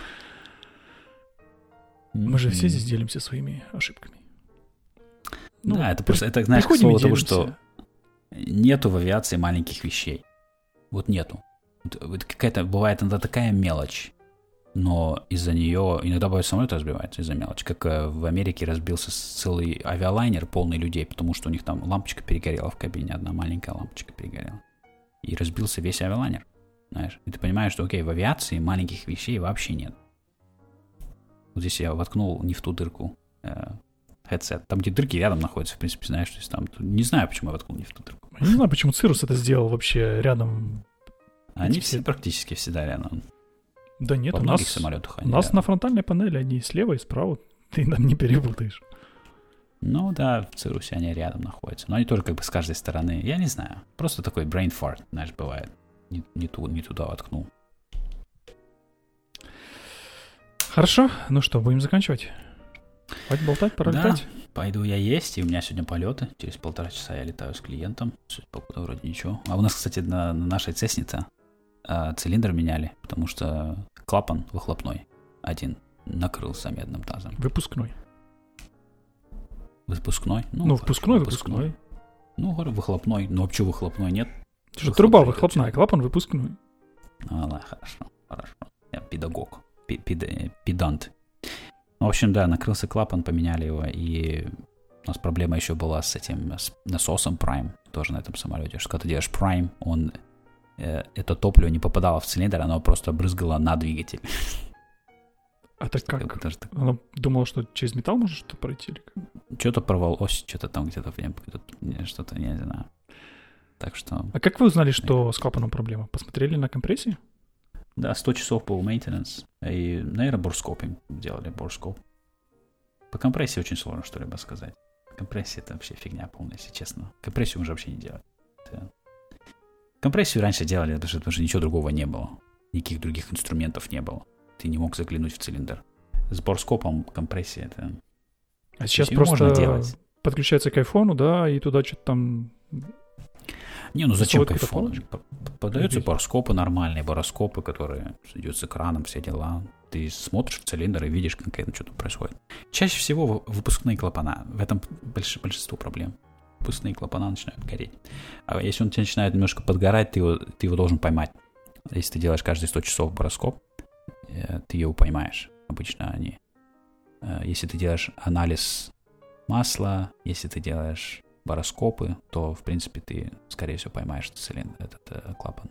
Мы же все здесь делимся своими ошибками. Ну, да, это просто, это, знаешь, к слову того, что нету в авиации маленьких вещей. Вот нету. Вот какая-то бывает иногда такая мелочь, но из-за нее иногда бывает самолет разбивается из-за мелочи. Как в Америке разбился целый авиалайнер полный людей, потому что у них там лампочка перегорела в кабине, одна маленькая лампочка перегорела. И разбился весь авиалайнер. Знаешь? И ты понимаешь, что окей, в авиации маленьких вещей вообще нет. Вот здесь я воткнул не в ту дырку headset. Там где дырки рядом находятся, в принципе, знаешь, то есть там... Не знаю, почему я воткнул не в ту дырку. Я не знаю, почему Cirrus это сделал вообще рядом. Они все практически всегда рядом. Да нет, у многих самолетах у нас на фронтальной панели они слева и справа. Ты там не перепутаешь. Ну да, в Cirrus они рядом находятся. Но они тоже как бы с каждой стороны. Я не знаю. Просто такой brain fart, знаешь, бывает. Не туда воткнул. Хорошо, ну что, будем заканчивать? Хватит болтать, пора летать? Да, пойду я есть, и у меня сегодня полеты. Через 1,5 часа я летаю с клиентом. Погода вроде ничего. А у нас, кстати, на нашей Цесне-то цилиндр меняли, потому что клапан выхлопной один накрылся медным тазом. Выпускной. Выпускной? Ну выпускной. Ну, говорю, выхлопной. Ну, вообще выхлопной нет. Что, труба выхлопная, клапан выпускной. Ладно, хорошо. Я педагог. Педант. В общем, да, накрылся клапан, поменяли его, и у нас проблема еще была с этим с насосом Prime, тоже на этом самолете. Что когда ты делаешь Prime, это топливо не попадало в цилиндр, оно просто брызгало на двигатель. А так как? Она думала, что через металл может что-то пройти? Или как? Что-то порвалось, что-то там где-то что-то, не знаю. Так что... А как вы узнали, что с клапаном проблема? Посмотрели на компрессии? Да, 100 часов был maintenance. И, наверное, борскопинг делали, борскоп. По компрессии очень сложно что-либо сказать. Компрессия — это вообще фигня полная, если честно. Компрессию уже вообще не делать. Компрессию раньше делали, потому что ничего другого не было. Никаких других инструментов не было. Ты не мог заглянуть в цилиндр. С борскопом компрессия — это... А сейчас просто подключается к айфону, да, и туда что-то там... Не, ну зачем к айфону? Подаются борскопы нормальные, бороскопы, которые идут с экраном, все дела. Ты смотришь в цилиндр и видишь конкретно, что тут происходит. Чаще всего выпускные клапана. В этом большинство проблем. Выпускные клапана начинают гореть. А если он начинает немножко подгорать, ты его должен поймать. Если ты делаешь каждые 100 часов бороскоп, ты его поймаешь. Обычно они... Если ты делаешь анализ масла, если ты делаешь бороскопы, то, в принципе, ты, скорее всего, поймаешь этот клапан.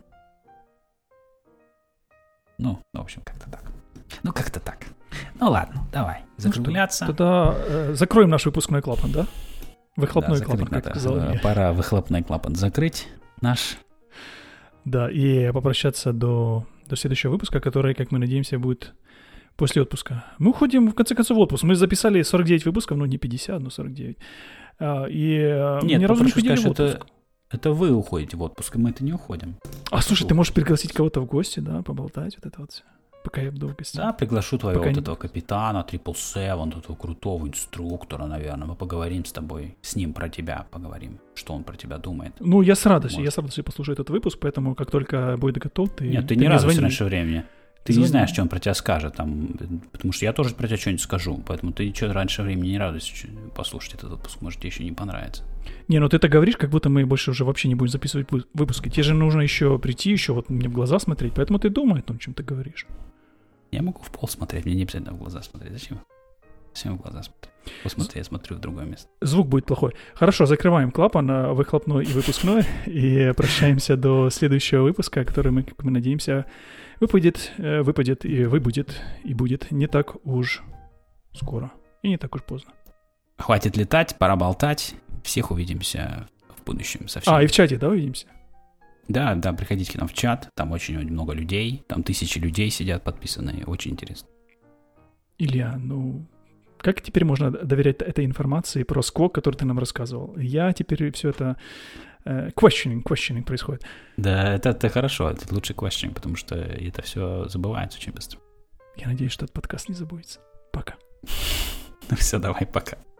Ну, в общем, как-то так. Ну, ладно, давай, закругляться. Тогда закроем наш выпускной клапан, да? Выхлопной клапан, как сказал я. Пора выхлопной клапан закрыть наш. Да, и попрощаться до следующего выпуска, который, как мы надеемся, будет после отпуска. Мы уходим, в конце концов, в отпуск. Мы записали 49 выпусков, не 50, но 49. И нет, ни разу не ходили в отпуск. Это вы уходите в отпуск, и мы-то не уходим. Слушай, ты можешь пригласить кого-то в гости, да, поболтать, вот это вот все, пока я буду в гостях. Да, приглашу твоего этого капитана, 777, этого крутого инструктора, наверное. Мы поговорим с тобой, с ним про тебя поговорим, что он про тебя думает. Ну, я с радостью послушаю этот выпуск, поэтому как только будет готов, ты... Нет, ты не радуйся раньше времени. Ты не знаешь, что он про тебя скажет, потому что я тоже про тебя что-нибудь скажу, поэтому ты что раньше времени не радуйся послушать этот выпуск, может, тебе еще не понравится. Не, ну ты так говоришь, как будто мы больше уже вообще не будем записывать выпуски. Тебе же нужно еще прийти, еще вот мне в глаза смотреть, поэтому ты думай о том, чем ты говоришь. Я могу в пол смотреть, мне не обязательно в глаза смотреть. Зачем? Зачем в глаза смотреть? Посмотри, я смотрю в другое место. Звук будет плохой. Хорошо, закрываем клапан, выхлопной и выпускной, и прощаемся до следующего выпуска, который мы, как мы надеемся, выпадет и выбудет, и будет не так уж скоро, и не так уж поздно. Хватит летать, пора болтать. Всех увидимся в будущем совсем. И в чате, да, увидимся? Да, приходите к нам в чат, там очень много людей, там 1000 людей сидят подписанные, очень интересно. Илья, как теперь можно доверять этой информации про Squawk, который ты нам рассказывал? Я теперь все это... questioning происходит. Да, это хорошо, это лучший questioning, потому что это все забывается очень быстро. Я надеюсь, что этот подкаст не забудется. Пока. Все, давай, пока.